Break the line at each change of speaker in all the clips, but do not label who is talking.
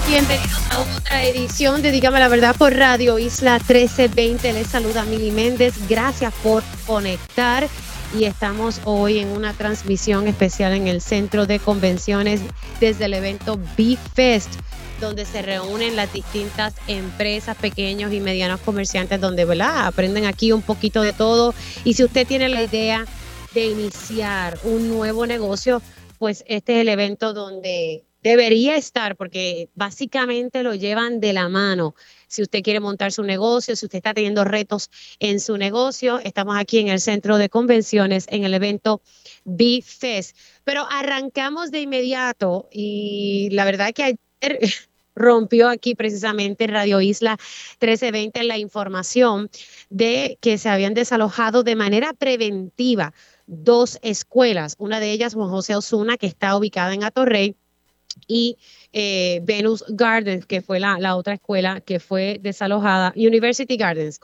Bienvenidos a otra edición de Dígame la Verdad por Radio Isla 1320. Les saluda Mili Méndez. Gracias por conectar. Y estamos hoy en una transmisión especial en el Centro de Convenciones desde el evento B-Fest, donde se reúnen las distintas empresas, pequeños y medianos comerciantes, donde, ¿verdad?, aprenden aquí un poquito de todo. Y si usted tiene la idea de iniciar un nuevo negocio, pues este es el evento donde debería estar, porque básicamente lo llevan de la mano. Si usted quiere montar su negocio, si usted está teniendo retos en su negocio, estamos aquí en el Centro de Convenciones en el evento B-Fest. Pero arrancamos de inmediato y la verdad que ayer rompió aquí precisamente en Radio Isla 1320 la información de que se habían desalojado de manera preventiva 2 escuelas. Una de ellas, Juan José Osuna, que está ubicada en Atorrey, y Venus Gardens, que fue la otra escuela que fue desalojada. University Gardens,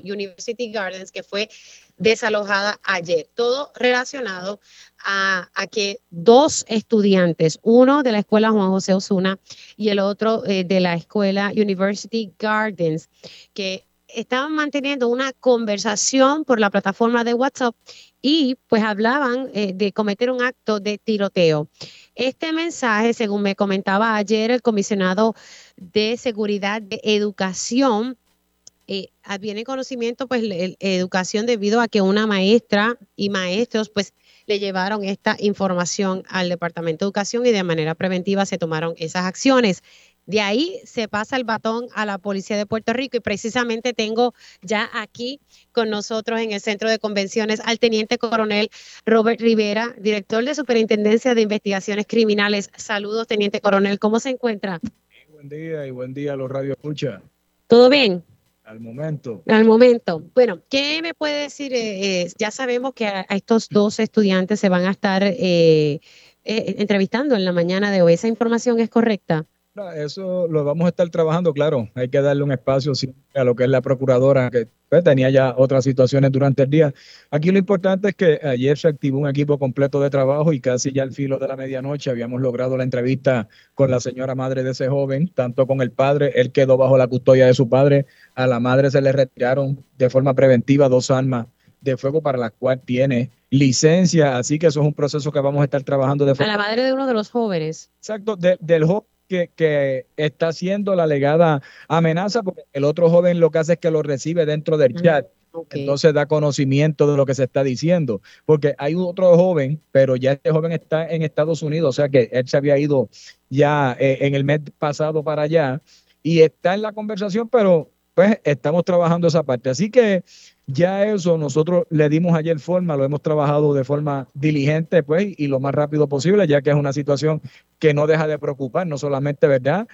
que fue desalojada ayer. Todo relacionado a que 2 estudiantes, uno de la escuela Juan José Osuna y el otro de la escuela University Gardens, que estaban manteniendo una conversación por la plataforma de WhatsApp y pues hablaban de cometer un acto de tiroteo. Este mensaje, según me comentaba ayer el comisionado de Seguridad de Educación, viene en conocimiento pues educación debido a que una maestra y maestros pues le llevaron esta información al Departamento de Educación y de manera preventiva se tomaron esas acciones. De ahí se pasa el batón a la Policía de Puerto Rico y precisamente tengo ya aquí con nosotros en el Centro de Convenciones al Teniente Coronel Robert Rivera, director de Superintendencia de Investigaciones Criminales. Saludos, Teniente Coronel, ¿cómo se encuentra?
Buen día a los radioescuchas.
¿Todo bien?
Al momento.
Bueno, ¿qué me puede decir? Ya sabemos que a estos 2 estudiantes se van a estar entrevistando en la mañana de hoy. ¿Esa información es correcta?
Eso lo vamos a estar trabajando, claro. Hay que darle un espacio a lo que es la procuradora, que pues, tenía ya otras situaciones durante el día. Aquí lo importante es que ayer se activó un equipo completo de trabajo y casi ya al filo de la medianoche habíamos logrado la entrevista con la señora madre de ese joven, tanto con el padre. Él quedó bajo la custodia de su padre. A la madre se le retiraron de forma preventiva 2 armas de fuego para las cuales tiene licencia. Así que eso es un proceso que vamos a estar trabajando de forma...
A la madre de uno de los jóvenes.
Exacto, del joven que está haciendo la alegada amenaza, porque el otro joven lo que hace es que lo recibe dentro del chat. Okay. Entonces da conocimiento de lo que se está diciendo, porque hay otro joven, pero ya este joven está en Estados Unidos, o sea que él se había ido ya en el mes pasado para allá y está en la conversación, pero pues estamos trabajando esa parte. Así que ya eso nosotros le dimos ayer forma, lo hemos trabajado de forma diligente pues y lo más rápido posible, ya que es una situación que no deja de preocupar, no solamente, ¿verdad?,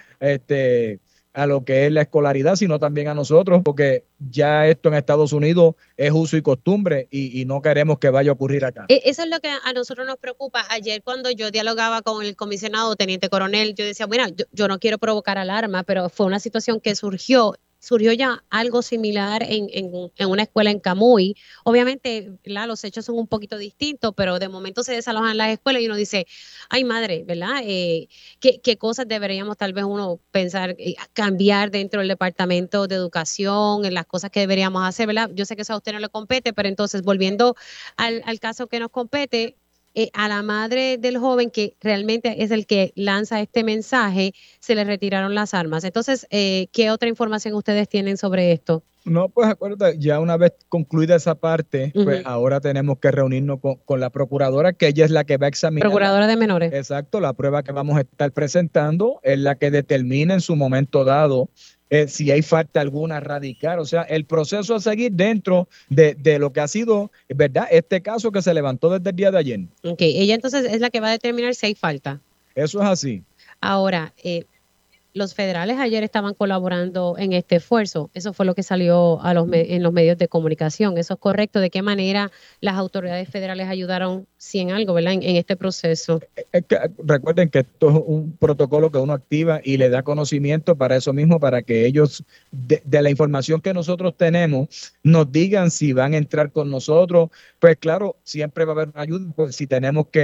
a lo que es la escolaridad, sino también a nosotros, porque ya esto en Estados Unidos es uso y costumbre y no queremos que vaya a ocurrir acá.
Eso es lo que a nosotros nos preocupa. Ayer cuando yo dialogaba con el comisionado Teniente Coronel, yo decía, bueno, yo no quiero provocar alarma, pero fue una situación que surgió ya algo similar en una escuela en Camuy. Obviamente, los hechos son un poquito distintos, pero de momento se desalojan las escuelas y uno dice, ay madre, ¿verdad? ¿Qué cosas deberíamos tal vez uno pensar, cambiar dentro del Departamento de Educación, en las cosas que deberíamos hacer, ¿verdad? Yo sé que eso a usted no le compete, pero entonces volviendo al caso que nos compete, a la madre del joven, que realmente es el que lanza este mensaje, se le retiraron las armas. Entonces, ¿qué otra información ustedes tienen sobre esto?
No, pues acuérdate, ya una vez concluida esa parte, pues ahora tenemos que reunirnos con la procuradora, que ella es la que va a examinar.
Procuradora de menores.
Exacto, la prueba que vamos a estar presentando es la que determina en su momento dado si hay falta alguna radical, o sea, el proceso a seguir dentro de lo que ha sido, ¿verdad?, este caso que se levantó desde el día de ayer.
Ok, ella entonces es la que va a determinar si hay falta.
Eso es así.
Ahora, los federales ayer estaban colaborando en este esfuerzo. Eso fue lo que salió en los medios de comunicación. ¿Eso es correcto? ¿De qué manera las autoridades federales ayudaron, si en algo, ¿verdad?, en este proceso?
Es que, recuerden que esto es un protocolo que uno activa y le da conocimiento para eso mismo, para que ellos, de la información que nosotros tenemos, nos digan si van a entrar con nosotros. Pues claro, siempre va a haber una ayuda, pues si tenemos que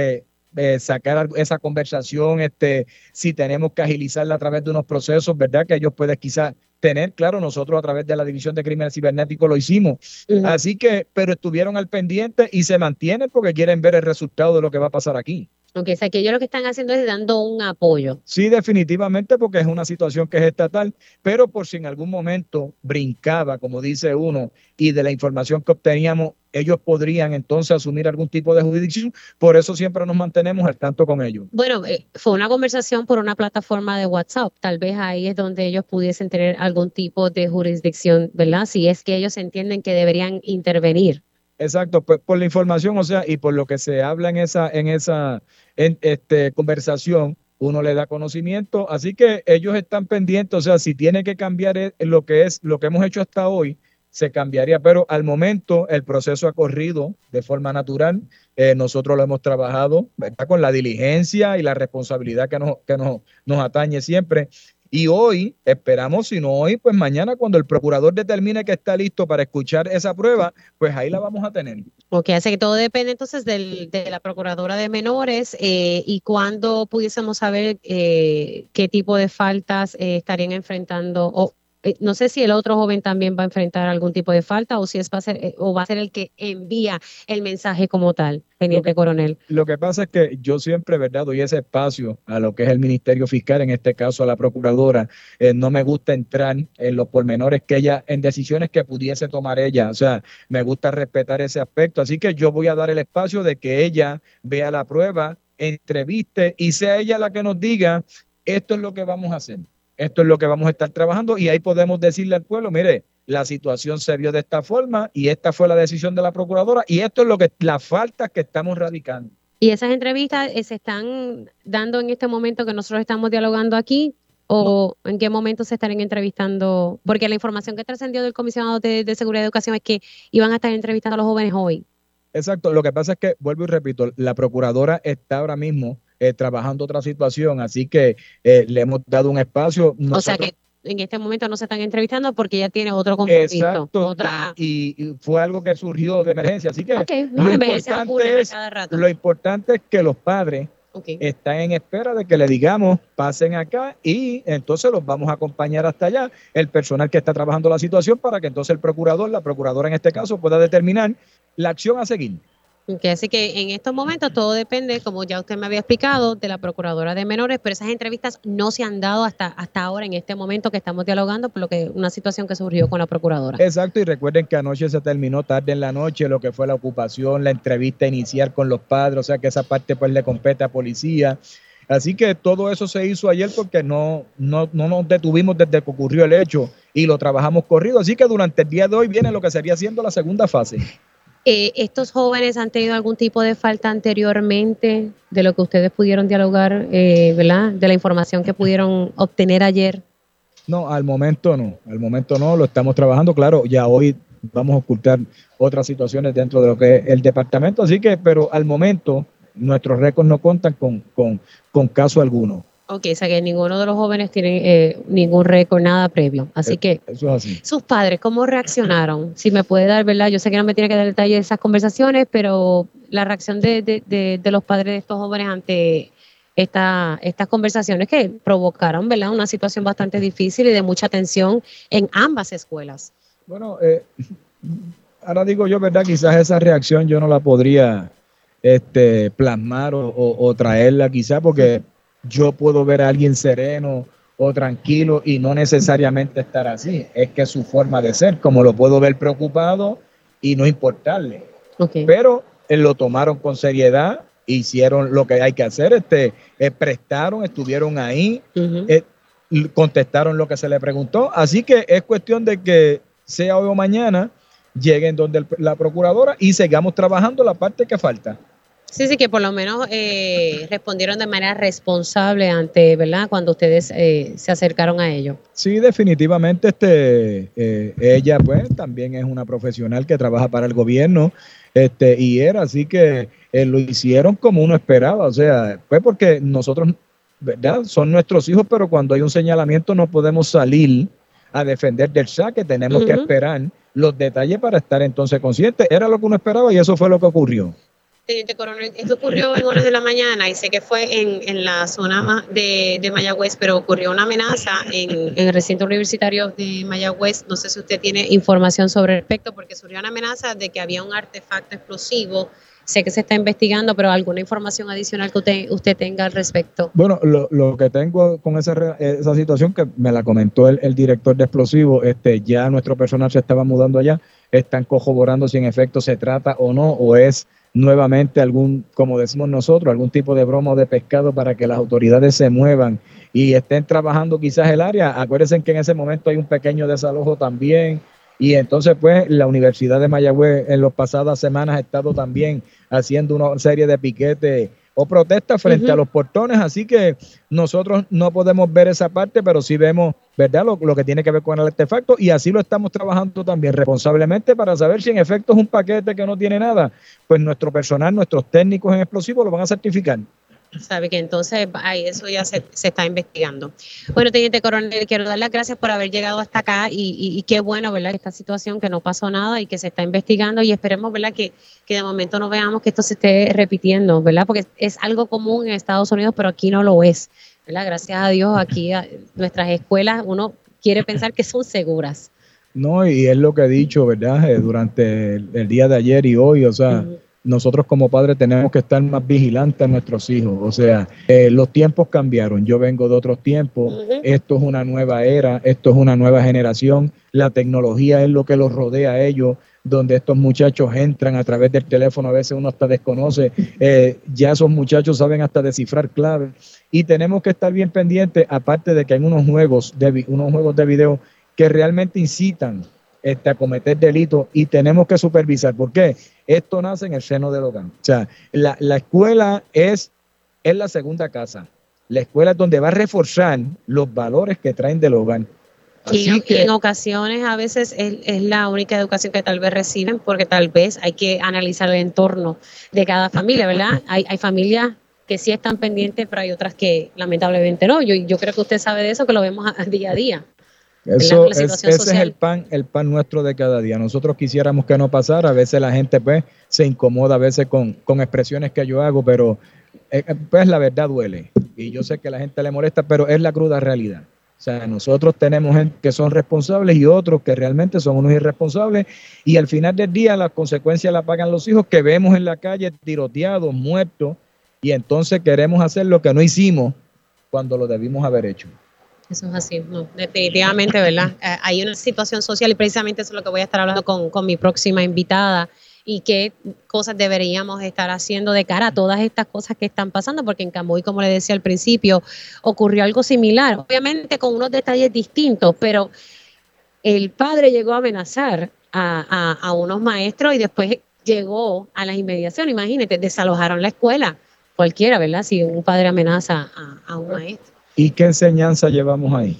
sacar esa conversación, si tenemos que agilizarla a través de unos procesos, ¿verdad? Que ellos pueden quizás tener, claro, nosotros a través de la División de Crímenes Cibernéticos lo hicimos. Así que, pero estuvieron al pendiente y se mantienen porque quieren ver el resultado de lo que va a pasar aquí.
O sea, que ellos lo que están haciendo es dando un apoyo.
Sí, definitivamente, porque es una situación que es estatal, pero por si en algún momento brincaba, como dice uno, y de la información que obteníamos, ellos podrían entonces asumir algún tipo de jurisdicción. Por eso siempre nos mantenemos al tanto con ellos.
Bueno, fue una conversación por una plataforma de WhatsApp. Tal vez ahí es donde ellos pudiesen tener algún tipo de jurisdicción, ¿verdad? Si es que ellos entienden que deberían intervenir.
Exacto, pues por la información, o sea, y por lo que se habla en esa conversación, uno le da conocimiento, así que ellos están pendientes, o sea, si tiene que cambiar lo que hemos hecho hasta hoy, se cambiaría, pero al momento el proceso ha corrido de forma natural, nosotros lo hemos trabajado, ¿verdad? Con la diligencia y la responsabilidad que nos atañe siempre. Y hoy, esperamos, si no hoy, pues mañana cuando el procurador determine que está listo para escuchar esa prueba, pues ahí la vamos a tener.
Ok, así que todo depende entonces de la Procuradora de Menores y cuándo pudiésemos saber qué tipo de faltas estarían enfrentando, o no sé si el otro joven también va a enfrentar algún tipo de falta o si va a ser el que envía el mensaje como tal, teniente coronel.
Lo que pasa es que yo siempre, ¿verdad?, doy ese espacio a lo que es el Ministerio Fiscal, en este caso a la Procuradora. No me gusta entrar en los pormenores en decisiones que pudiese tomar ella. O sea, me gusta respetar ese aspecto. Así que yo voy a dar el espacio de que ella vea la prueba, entreviste y sea ella la que nos diga, esto es lo que vamos a hacer. Esto es lo que vamos a estar trabajando y ahí podemos decirle al pueblo, mire, la situación se vio de esta forma y esta fue la decisión de la procuradora y esto es las faltas que estamos radicando.
¿Y esas entrevistas se están dando en este momento que nosotros estamos dialogando aquí o no? ¿En qué momento se estarán entrevistando? Porque la información que trascendió del Comisionado de Seguridad y Educación es que iban a estar entrevistando a los jóvenes hoy.
Exacto, lo que pasa es que, vuelvo y repito, la procuradora está ahora mismo trabajando otra situación, así que le hemos dado un espacio.
O sea que en este momento no se están entrevistando porque ya tiene otro compromiso.
Exacto, y fue algo que surgió de emergencia, así que lo importante es que los padres están en espera de que le digamos, pasen acá y entonces los vamos a acompañar hasta allá, el personal que está trabajando la situación para que entonces la procuradora en este caso, pueda determinar la acción a seguir.
Okay, así que en estos momentos todo depende, como ya usted me había explicado, de la Procuradora de Menores, pero esas entrevistas no se han dado hasta ahora, en este momento que estamos dialogando, por lo que una situación que surgió con la Procuradora.
Exacto, y recuerden que anoche se terminó tarde en la noche lo que fue la ocupación, la entrevista inicial con los padres, o sea que esa parte pues le compete a policía. Así que todo eso se hizo ayer porque no nos detuvimos desde que ocurrió el hecho y lo trabajamos corrido. Así que durante el día de hoy viene lo que sería siendo la segunda fase.
¿Estos jóvenes han tenido algún tipo de falta anteriormente de lo que ustedes pudieron dialogar, ¿verdad? De la información que pudieron obtener ayer?
No, al momento no, lo estamos trabajando. Claro, ya hoy vamos a ocultar otras situaciones dentro de lo que es el departamento, así que, pero al momento nuestros récords no cuentan con caso alguno.
Ok, o sea que ninguno de los jóvenes tiene ningún récord, nada previo. Así que,
eso es así.
¿Sus padres cómo reaccionaron? Si me puede dar, ¿verdad? Yo sé que no me tiene que dar detalles de esas conversaciones, pero la reacción de los padres de estos jóvenes ante estas conversaciones que provocaron, ¿verdad? Una situación bastante difícil y de mucha tensión en ambas escuelas.
Bueno, ahora digo yo, ¿verdad? Quizás esa reacción yo no la podría plasmar o traerla quizás porque yo puedo ver a alguien sereno o tranquilo y no necesariamente estar así. Es que es su forma de ser, como lo puedo ver preocupado y no importarle. Okay. Pero lo tomaron con seriedad, hicieron lo que hay que hacer, prestaron, estuvieron ahí, contestaron lo que se le preguntó. Así que es cuestión de que sea hoy o mañana lleguen donde la procuradora y sigamos trabajando la parte que falta.
Sí, que por lo menos respondieron de manera responsable ante, ¿verdad? Cuando ustedes se acercaron a ello.
Sí, definitivamente ella pues también es una profesional que trabaja para el gobierno y era así que lo hicieron como uno esperaba, o sea, pues porque nosotros, ¿verdad? Son nuestros hijos, pero cuando hay un señalamiento no podemos salir a defender del saque, tenemos que esperar los detalles para estar entonces conscientes. Era lo que uno esperaba y eso fue lo que ocurrió.
Teniente Coronel, esto ocurrió en horas de la mañana y sé que fue en la zona de Mayagüez, pero ocurrió una amenaza en el recinto universitario de Mayagüez. No sé si usted tiene información sobre el respecto, porque surgió una amenaza de que había un artefacto explosivo. Sé que se está investigando, pero alguna información adicional que usted tenga al respecto.
Bueno, lo que tengo con esa situación que me la comentó el director de explosivos, ya nuestro personal se estaba mudando allá, están corroborando si en efecto se trata o no, o es nuevamente algún, como decimos nosotros, algún tipo de broma o de pescado para que las autoridades se muevan y estén trabajando quizás el área. Acuérdense que en ese momento hay un pequeño desalojo también. Y entonces, pues, la Universidad de Mayagüez en las pasadas semanas ha estado también haciendo una serie de piquetes o protestas frente a los portones, así que nosotros no podemos ver esa parte, pero sí vemos, ¿verdad?, lo que tiene que ver con el artefacto, y así lo estamos trabajando también responsablemente para saber si en efecto es un paquete que no tiene nada. Pues nuestro personal, nuestros técnicos en explosivos lo van a certificar.
Sabe que entonces eso ya se está investigando. Bueno, Teniente Coronel, quiero dar las gracias por haber llegado hasta acá y qué bueno, ¿verdad?, esta situación, que no pasó nada y que se está investigando, y esperemos, ¿verdad?, que de momento no veamos que esto se esté repitiendo, ¿verdad?, porque es algo común en Estados Unidos, pero aquí no lo es, ¿verdad? Gracias a Dios, aquí nuestras escuelas, uno quiere pensar que son seguras.
No, y es lo que he dicho, ¿verdad?, durante el día de ayer y hoy, o sea, nosotros como padres tenemos que estar más vigilantes a nuestros hijos. O sea, los tiempos cambiaron. Yo vengo de otros tiempos. Esto es una nueva era. Esto es una nueva generación. La tecnología es lo que los rodea a ellos, donde estos muchachos entran a través del teléfono. A veces uno hasta desconoce. Ya esos muchachos saben hasta descifrar claves. Y tenemos que estar bien pendientes, aparte de que hay unos juegos de video que realmente incitan a cometer delitos, y tenemos que supervisar. ¿Por qué? Esto nace en el seno del hogar. O sea, la escuela es la segunda casa. La escuela es donde va a reforzar los valores que traen del hogar.
Y en ocasiones a veces es la única educación que tal vez reciben, porque tal vez hay que analizar el entorno de cada familia, ¿verdad? Hay familias que sí están pendientes, pero hay otras que lamentablemente no. Yo creo que usted sabe de eso, que lo vemos día a día.
Ese es el pan nuestro de cada día. Nosotros quisiéramos que no pasara. A veces la gente, pues, se incomoda a veces con expresiones que yo hago, pero pues la verdad duele. Y yo sé que a la gente le molesta, pero es la cruda realidad. O sea, nosotros tenemos gente que son responsables y otros que realmente son unos irresponsables, y al final del día las consecuencias las pagan los hijos que vemos en la calle tiroteados, muertos, y entonces queremos hacer lo que no hicimos cuando lo debimos haber hecho.
Eso es así, no, definitivamente, ¿verdad? Hay una situación social, y precisamente eso es lo que voy a estar hablando con mi próxima invitada, y qué cosas deberíamos estar haciendo de cara a todas estas cosas que están pasando, porque en Camuy, como le decía al principio, ocurrió algo similar, obviamente con unos detalles distintos, pero el padre llegó a amenazar a unos maestros y después llegó a las inmediaciones. Imagínate, desalojaron la escuela, cualquiera, ¿verdad? Si un padre amenaza a un maestro.
¿Y qué enseñanza llevamos ahí?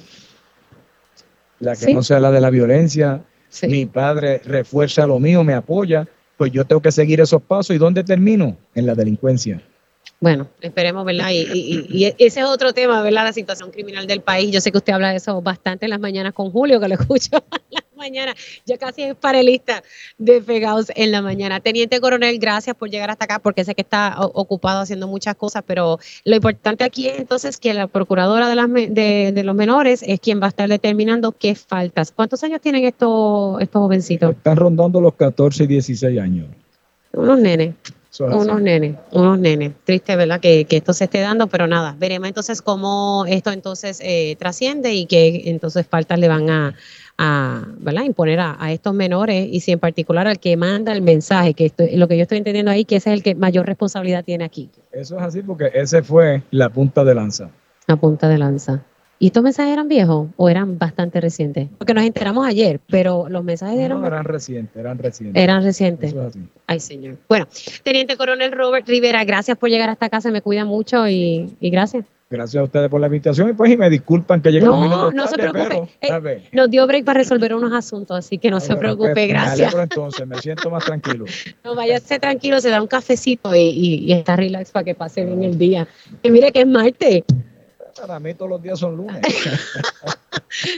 La que no sea la de la violencia. Mi padre refuerza lo mío, me apoya, pues yo tengo que seguir esos pasos. ¿Y dónde termino? En la delincuencia.
Bueno, esperemos, ¿verdad? Y ese es otro tema, ¿verdad? La situación criminal del país. Yo sé que usted habla de eso bastante en las mañanas con Julio, que lo escucho en las mañanas. Ya casi es panelista de Pegados en la mañana. Teniente Coronel, gracias por llegar hasta acá, porque sé que está ocupado haciendo muchas cosas, pero lo importante aquí es entonces que la procuradora de los menores es quien va a estar determinando qué faltas. ¿Cuántos años tienen estos jovencitos?
Están rondando los 14 y 16 años.
Unos nenes. Unos nenes. Triste, ¿verdad? Que esto se esté dando, pero nada, veremos entonces cómo esto entonces trasciende y qué entonces faltas le van a ¿verdad?, imponer a estos menores, y si en particular al que manda el mensaje, que lo que yo estoy entendiendo ahí, que ese es el que mayor responsabilidad tiene aquí.
Eso es así, porque ese fue la punta de lanza.
La punta de lanza. ¿Y estos mensajes eran viejos o eran bastante recientes? Porque nos enteramos ayer, pero los mensajes
eran recientes.
Eran recientes.
Eso es así.
Ay, señor. Bueno, Teniente Coronel Robert Rivera, gracias por llegar hasta acá, se me cuida mucho y gracias.
Gracias a ustedes por la invitación, y me disculpan que llegue un minuto tarde.
No se preocupe. Nos dio break para resolver unos asuntos, así que no se preocupe, gracias.
Me alegro entonces, me siento más tranquilo.
No, váyase tranquilo, se da un cafecito y está relax para que pase bien el día. Y mire que es martes.
Para mí todos los días son lunes.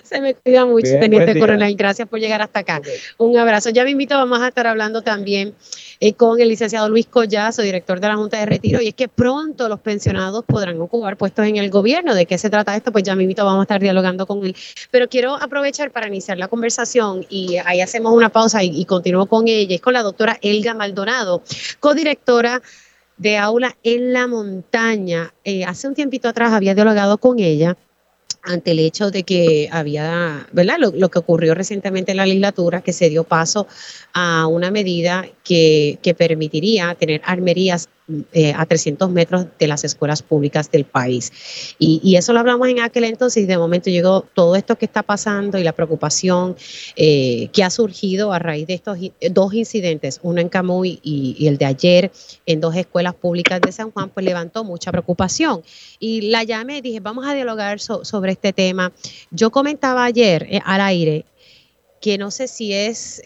Se me cuida mucho,
Bien,
Teniente Coronel. Gracias por llegar hasta acá. Okay. Un abrazo. Ya me invito, vamos a estar hablando también con el licenciado Luis Collazo, director de la Junta de Retiro, y es que pronto los pensionados podrán ocupar puestos en el gobierno. ¿De qué se trata esto? Pues ya me invito, vamos a estar dialogando con él. Pero quiero aprovechar para iniciar la conversación y ahí hacemos una pausa y continúo con ella. Es con la doctora Elga Maldonado, codirectora de Aula en la Montaña. Hace un tiempito atrás había dialogado con ella ante el hecho de que había, ¿verdad? Lo que ocurrió recientemente en la legislatura, que se dio paso a una medida que permitiría tener armerías a 300 metros de las escuelas públicas del país. Y eso lo hablamos en aquel entonces y de momento llegó todo esto que está pasando y la preocupación que ha surgido a raíz de estos dos incidentes, uno en Camuy y el de ayer en dos escuelas públicas de San Juan, pues levantó mucha preocupación. Y la llamé y dije, vamos a dialogar sobre este tema. Yo comentaba ayer al aire que no sé si es...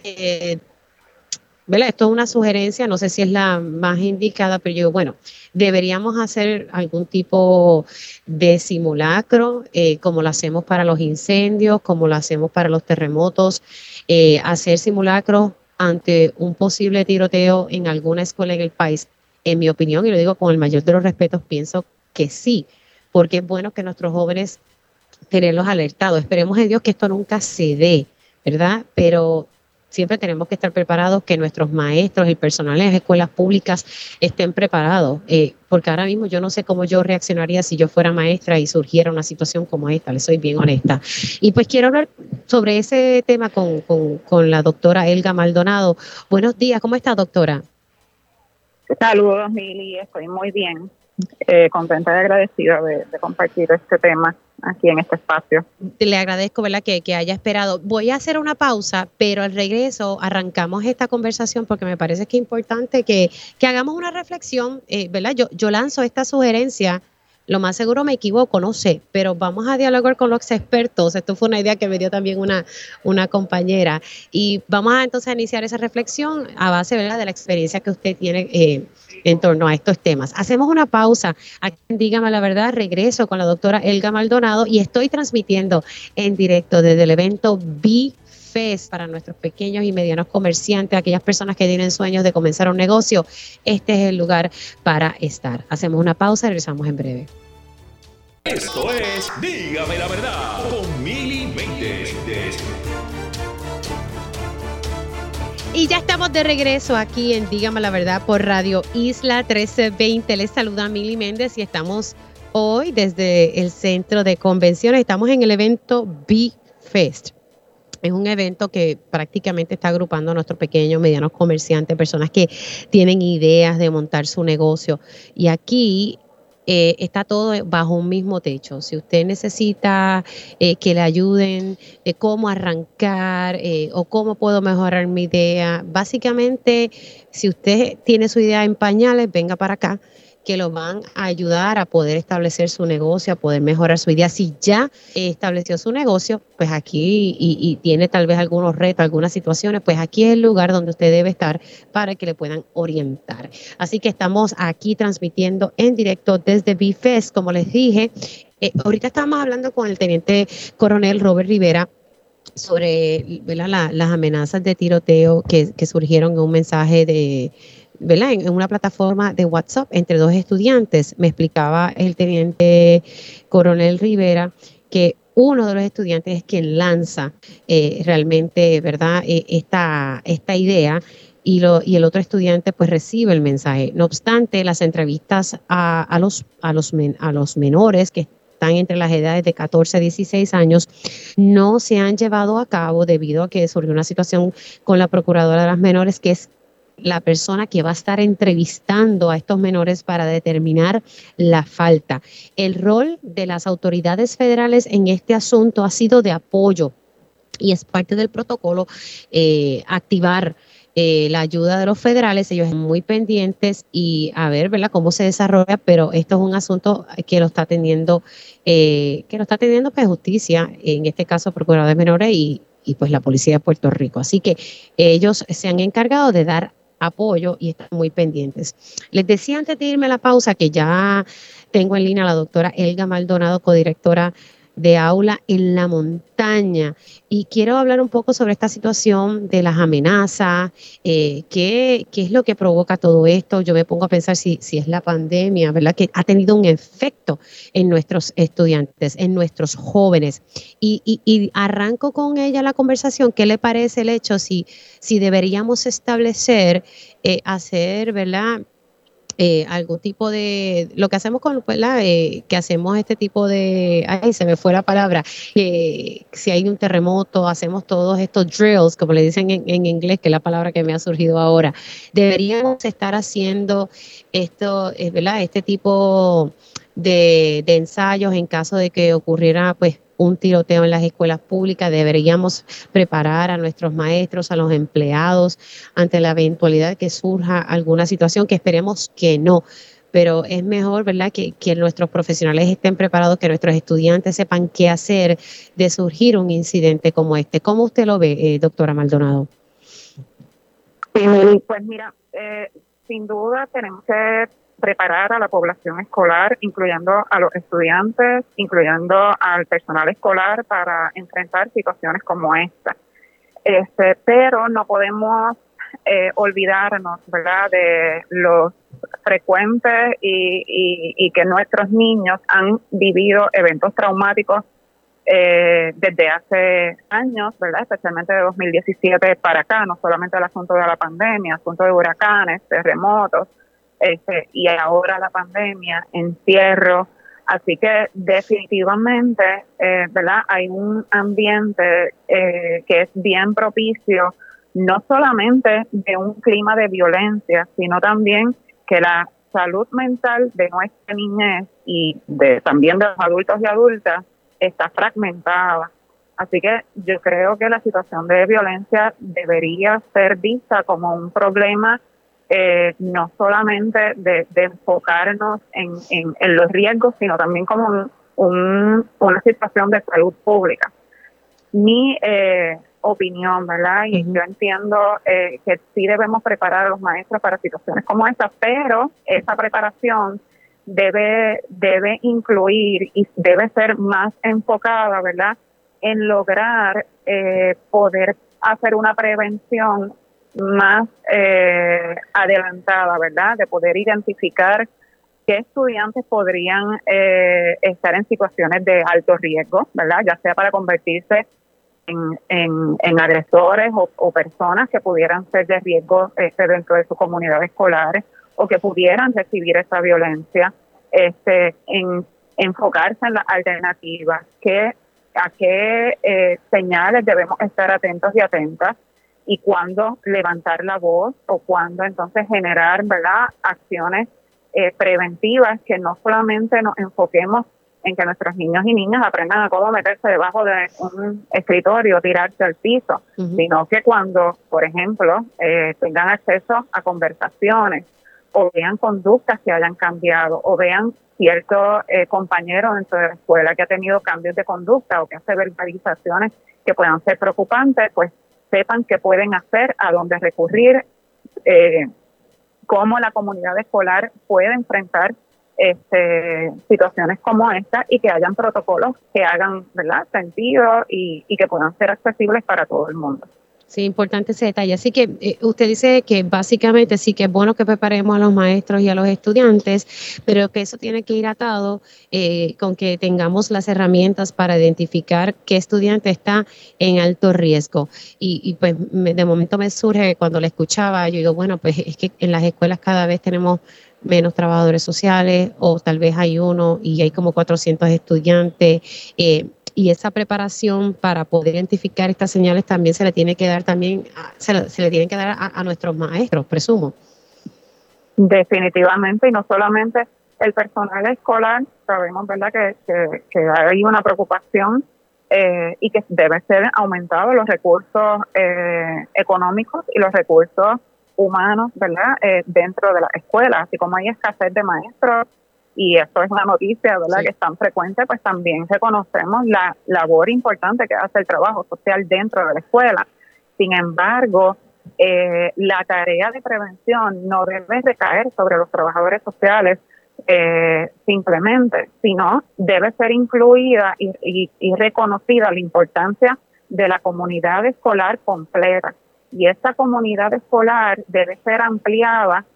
¿verdad? Esto es una sugerencia, no sé si es la más indicada, pero yo, bueno, deberíamos hacer algún tipo de simulacro, como lo hacemos para los incendios, como lo hacemos para los terremotos, hacer simulacros ante un posible tiroteo en alguna escuela en el país. En mi opinión, y lo digo con el mayor de los respetos, pienso que sí, porque es bueno que nuestros jóvenes tenerlos alertados. Esperemos en Dios que esto nunca se dé, ¿verdad? Pero siempre tenemos que estar preparados, que nuestros maestros, el personal en las escuelas públicas estén preparados, porque ahora mismo yo no sé cómo yo reaccionaría si yo fuera maestra y surgiera una situación como esta, le soy bien honesta. Y pues quiero hablar sobre ese tema con la doctora Elga Maldonado. Buenos días, ¿cómo está, doctora?
Saludos, Mili, estoy muy bien, contenta y agradecida de compartir este tema aquí en este espacio.
Le agradezco, ¿verdad?, que haya esperado. Voy a hacer una pausa, pero al regreso arrancamos esta conversación porque me parece que es importante que hagamos una reflexión, ¿verdad? Yo lanzo esta sugerencia, lo más seguro me equivoco, no sé, pero vamos a dialogar con los expertos. Esto fue una idea que me dio también una compañera y vamos a entonces a iniciar esa reflexión a base, ¿verdad?, de la experiencia que usted tiene en torno a estos temas. Hacemos una pausa. Aquí en Dígame la Verdad, regreso con la doctora Elga Maldonado y estoy transmitiendo en directo desde el evento BFest para nuestros pequeños y medianos comerciantes, aquellas personas que tienen sueños de comenzar un negocio. Este es el lugar para estar. Hacemos una pausa y regresamos en breve.
Esto es Dígame la Verdad con Mili Méndez.
Y ya estamos de regreso aquí en Dígame la Verdad por Radio Isla 1320. Les saluda Mili Méndez y estamos hoy desde el Centro de Convenciones. Estamos en el evento BFest. Es un evento que prácticamente está agrupando a nuestros pequeños, medianos comerciantes, personas que tienen ideas de montar su negocio. Y aquí está todo bajo un mismo techo. Si usted necesita que le ayuden cómo arrancar o cómo puedo mejorar mi idea, básicamente, si usted tiene su idea en pañales, venga para acá, que lo van a ayudar a poder establecer su negocio, a poder mejorar su idea. Si ya estableció su negocio, pues aquí y tiene tal vez algunos retos, algunas situaciones, pues aquí es el lugar donde usted debe estar para que le puedan orientar. Así que estamos aquí transmitiendo en directo desde BFest, como les dije. Ahorita estábamos hablando con el teniente coronel Robert Rivera sobre, ¿verdad?, las amenazas de tiroteo que surgieron en un mensaje de, ¿verdad?, en una plataforma de WhatsApp entre dos estudiantes. Me explicaba el teniente coronel Rivera que uno de los estudiantes es quien lanza realmente, ¿verdad?, esta idea y el otro estudiante pues recibe el mensaje. No obstante, las entrevistas a los menores que están entre las edades de 14 a 16 años no se han llevado a cabo debido a que surgió una situación con la procuradora de las menores, que es la persona que va a estar entrevistando a estos menores para determinar la falta. El rol de las autoridades federales en este asunto ha sido de apoyo y es parte del protocolo activar la ayuda de los federales. Ellos están muy pendientes y a ver, ¿verdad?, cómo se desarrolla, pero esto es un asunto que lo está teniendo pues justicia, en este caso Procurador de Menores y pues la Policía de Puerto Rico. Así que ellos se han encargado de dar apoyo y están muy pendientes. Les decía antes de irme a la pausa que ya tengo en línea a la doctora Elga Maldonado, codirectora de aula en la montaña. Y quiero hablar un poco sobre esta situación de las amenazas, qué es lo que provoca todo esto. Yo me pongo a pensar si es la pandemia, ¿verdad? Que ha tenido un efecto en nuestros estudiantes, en nuestros jóvenes. Y arranco con ella la conversación. ¿Qué le parece el hecho si deberíamos establecer, hacer, ¿verdad? Algún tipo de, lo que hacemos con, ¿verdad? Que hacemos este tipo de, ay, se me fue la palabra, que si hay un terremoto, hacemos todos estos drills, como le dicen en inglés, que es la palabra que me ha surgido ahora. Deberíamos estar haciendo esto, ¿verdad? Este tipo de ensayos en caso de que ocurriera, pues, un tiroteo en las escuelas públicas. Deberíamos preparar a nuestros maestros, a los empleados, ante la eventualidad de que surja alguna situación, que esperemos que no, pero es mejor, ¿verdad?, que nuestros profesionales estén preparados, que nuestros estudiantes sepan qué hacer de surgir un incidente como este. ¿Cómo usted lo ve, doctora Maldonado?
Sí, pues mira, sin duda tenemos que preparar a la población escolar, incluyendo a los estudiantes, incluyendo al personal escolar, para enfrentar situaciones como esta. Pero no podemos olvidarnos, ¿verdad?, de los frecuentes y que nuestros niños han vivido eventos traumáticos desde hace años, ¿verdad?, especialmente de 2017 para acá, no solamente el asunto de la pandemia, asunto de huracanes, terremotos, y ahora la pandemia, encierro. Así que definitivamente, ¿verdad?, hay un ambiente que es bien propicio, no solamente de un clima de violencia, sino también que la salud mental de nuestra niñez y también de los adultos y adultas está fragmentada. Así que yo creo que la situación de violencia debería ser vista como un problema, no solamente de enfocarnos en los riesgos, sino también como una situación de salud pública. Mi opinión, ¿verdad? Y yo entiendo que sí debemos preparar a los maestros para situaciones como esta, pero esa preparación debe incluir y debe ser más enfocada, ¿verdad?, en lograr poder hacer una prevención más adelantada, ¿verdad?, de poder identificar qué estudiantes podrían estar en situaciones de alto riesgo, ¿verdad?, ya sea para convertirse en agresores o personas que pudieran ser de riesgo dentro de su comunidad escolar, o que pudieran recibir esa violencia, en enfocarse en las alternativas, a qué señales debemos estar atentos y atentas, y cuándo levantar la voz, o cuándo entonces generar, ¿verdad?, acciones preventivas, que no solamente nos enfoquemos en que nuestros niños y niñas aprendan a cómo meterse debajo de un escritorio, tirarse al piso, sino que cuando, por ejemplo, tengan acceso a conversaciones, o vean conductas que hayan cambiado, o vean cierto compañero dentro de la escuela que ha tenido cambios de conducta, o que hace verbalizaciones que puedan ser preocupantes, pues sepan qué pueden hacer, a dónde recurrir, cómo la comunidad escolar puede enfrentar situaciones como esta, y que hayan protocolos que hagan, ¿verdad?, sentido y que puedan ser accesibles para todo el mundo.
Sí, importante ese detalle. Así que usted dice que básicamente sí que es bueno que preparemos a los maestros y a los estudiantes, pero que eso tiene que ir atado con que tengamos las herramientas para identificar qué estudiante está en alto riesgo. Y pues de momento me surge, cuando la escuchaba, yo digo, bueno, pues es que en las escuelas cada vez tenemos menos trabajadores sociales, o tal vez hay uno y hay como 400 estudiantes, y esa preparación para poder identificar estas señales también se le tiene que dar a nuestros maestros, presumo.
Definitivamente, y no solamente el personal escolar. Sabemos, ¿verdad?, que hay una preocupación y que debe ser aumentado los recursos económicos y los recursos humanos, ¿verdad?, dentro de las escuelas. Así como hay escasez de maestros, y esto es una noticia, ¿verdad?, que es tan frecuente, pues también reconocemos la labor importante que hace el trabajo social dentro de la escuela. Sin embargo, la tarea de prevención no debe recaer sobre los trabajadores sociales simplemente, sino debe ser incluida y reconocida la importancia de la comunidad escolar completa. Y esta comunidad escolar debe ser ampliada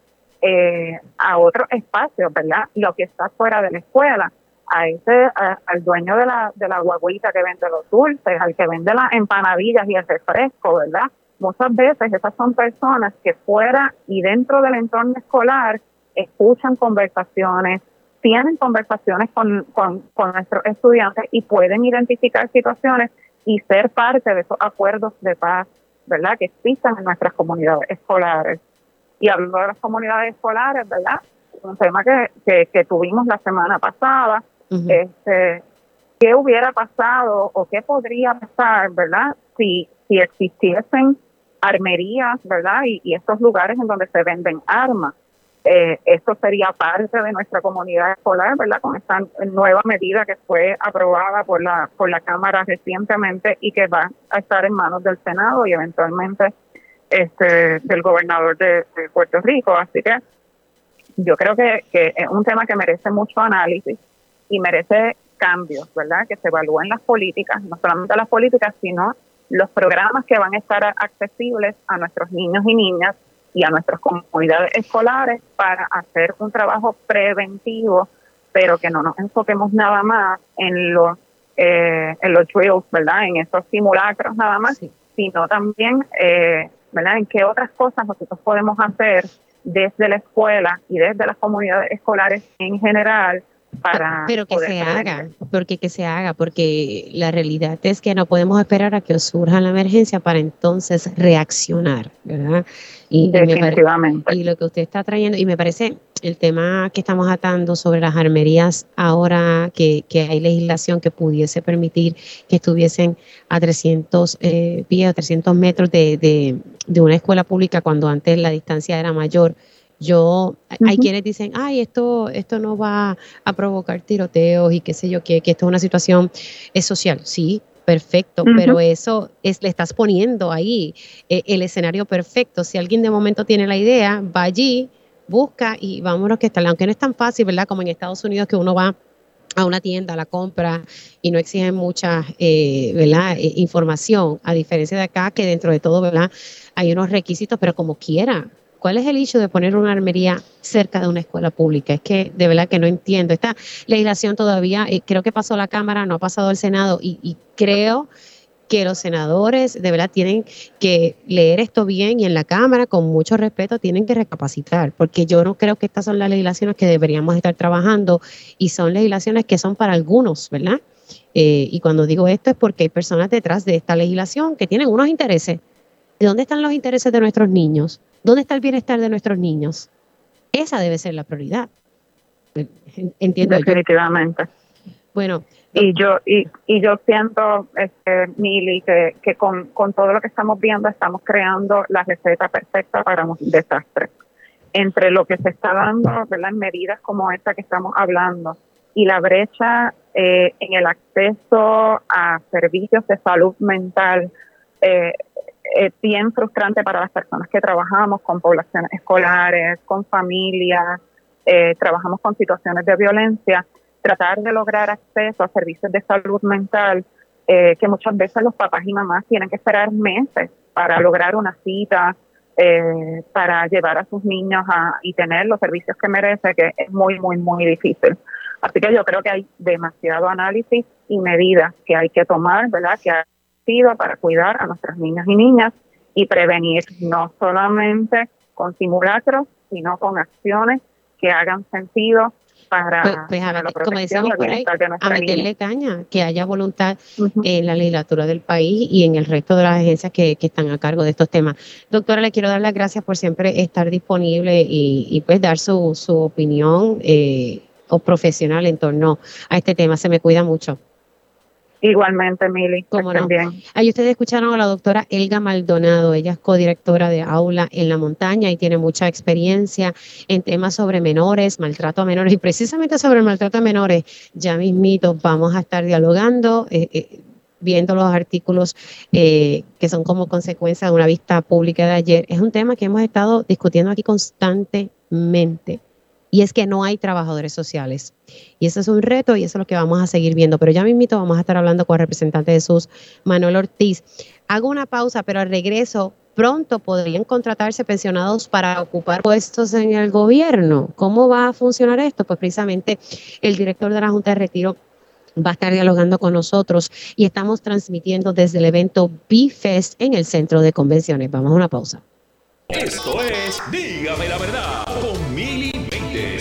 a otros espacios, ¿verdad? Lo que está fuera de la escuela, al dueño de la guaguita que vende los dulces, al que vende las empanadillas y el refresco, ¿verdad? Muchas veces esas son personas que fuera y dentro del entorno escolar escuchan conversaciones, tienen conversaciones con nuestros estudiantes y pueden identificar situaciones y ser parte de esos acuerdos de paz, ¿verdad?, que existan en nuestras comunidades escolares. Y hablando de las comunidades escolares, ¿verdad?, un tema que tuvimos la semana pasada, ¿qué hubiera pasado o qué podría pasar, ¿verdad?, si existiesen armerías, ¿verdad?, y estos lugares en donde se venden armas. Esto sería parte de nuestra comunidad escolar, ¿verdad?, con esta nueva medida que fue aprobada por la Cámara recientemente y que va a estar en manos del Senado y eventualmente del gobernador de Puerto Rico. Así que yo creo que es un tema que merece mucho análisis y merece cambios, ¿verdad?, que se evalúen las políticas, no solamente las políticas, sino los programas que van a estar accesibles a nuestros niños y niñas y a nuestras comunidades escolares para hacer un trabajo preventivo, pero que no nos enfoquemos nada más en los drills, ¿verdad?, en esos simulacros nada más, sino también, ¿verdad?, en qué otras cosas nosotros podemos hacer desde la escuela y desde las comunidades escolares en general
pero que se haga, porque la realidad es que no podemos esperar a que surja la emergencia para entonces reaccionar, ¿verdad?
Definitivamente.
Y lo que usted está trayendo, y me parece el tema que estamos atando sobre las armerías ahora que hay legislación que pudiese permitir que estuviesen a 300 pies o 300 metros de una escuela pública cuando antes la distancia era mayor. Hay quienes dicen, ay, esto no va a provocar tiroteos y qué sé yo, que esto es una situación social. Sí, perfecto, pero eso le estás poniendo ahí el escenario perfecto. Si alguien de momento tiene la idea, va allí, busca y vámonos que está. Aunque no es tan fácil, ¿verdad? Como en Estados Unidos que uno va a una tienda, la compra y no exigen mucha ¿verdad? Información, a diferencia de acá que dentro de todo, ¿verdad? Hay unos requisitos, pero como quiera. ¿Cuál es el hecho de poner una armería cerca de una escuela pública? Es que de verdad que no entiendo. Esta legislación todavía, creo que pasó la Cámara, no ha pasado el Senado y creo que los senadores de verdad tienen que leer esto bien y en la Cámara, con mucho respeto, tienen que recapacitar, porque yo no creo que estas son las legislaciones que deberíamos estar trabajando y son legislaciones que son para algunos, ¿verdad? Y cuando digo esto es porque hay personas detrás de esta legislación que tienen unos intereses. ¿De dónde están los intereses de nuestros niños? ¿Dónde está el bienestar de nuestros niños? Esa debe ser la prioridad. Entiendo.
Definitivamente.
Bueno.
Y yo siento, Mili, que con todo lo que estamos viendo estamos creando la receta perfecta para un desastre. Entre lo que se está dando, ¿verdad?, en medidas como esta que estamos hablando y la brecha en el acceso a servicios de salud mental, es bien frustrante para las personas que trabajamos con poblaciones escolares, con familias, trabajamos con situaciones de violencia, tratar de lograr acceso a servicios de salud mental, que muchas veces los papás y mamás tienen que esperar meses para lograr una cita, para llevar a sus niños y tener los servicios que merece, que es muy, muy, muy difícil. Así que yo creo que hay demasiado análisis y medidas que hay que tomar, ¿verdad?, que para cuidar a nuestros niños y niñas y prevenir, no solamente con simulacros, sino con acciones que hagan sentido para,
pues
para la
como decimos por ahí, a meterle caña, que haya voluntad en la legislatura del país y en el resto de las agencias que están a cargo de estos temas. Doctora, le quiero dar las gracias por siempre estar disponible y pues dar su opinión o profesional en torno a este tema. Se me cuida mucho.
Igualmente, Mili.
¿Cómo no? Ahí ustedes escucharon a la doctora Elga Maldonado. Ella es codirectora de Aula en la Montaña y tiene mucha experiencia en temas sobre menores, maltrato a menores. Y precisamente sobre el maltrato a menores, ya mismito vamos a estar dialogando, viendo los artículos que son como consecuencia de una vista pública de ayer. Es un tema que hemos estado discutiendo aquí constantemente. Y es que no hay trabajadores sociales. Y ese es un reto y eso es lo que vamos a seguir viendo. Pero ya mismito vamos a estar hablando con el representante de SUS, Manuel Ortiz. Hago una pausa, pero al regreso pronto podrían contratarse pensionados para ocupar puestos en el gobierno. ¿Cómo va a funcionar esto? Pues precisamente el director de la Junta de Retiro va a estar dialogando con nosotros y estamos transmitiendo desde el evento B-Fest en el Centro de Convenciones. Vamos a una pausa.
Esto es Dígame la Verdad con Mili Méndez.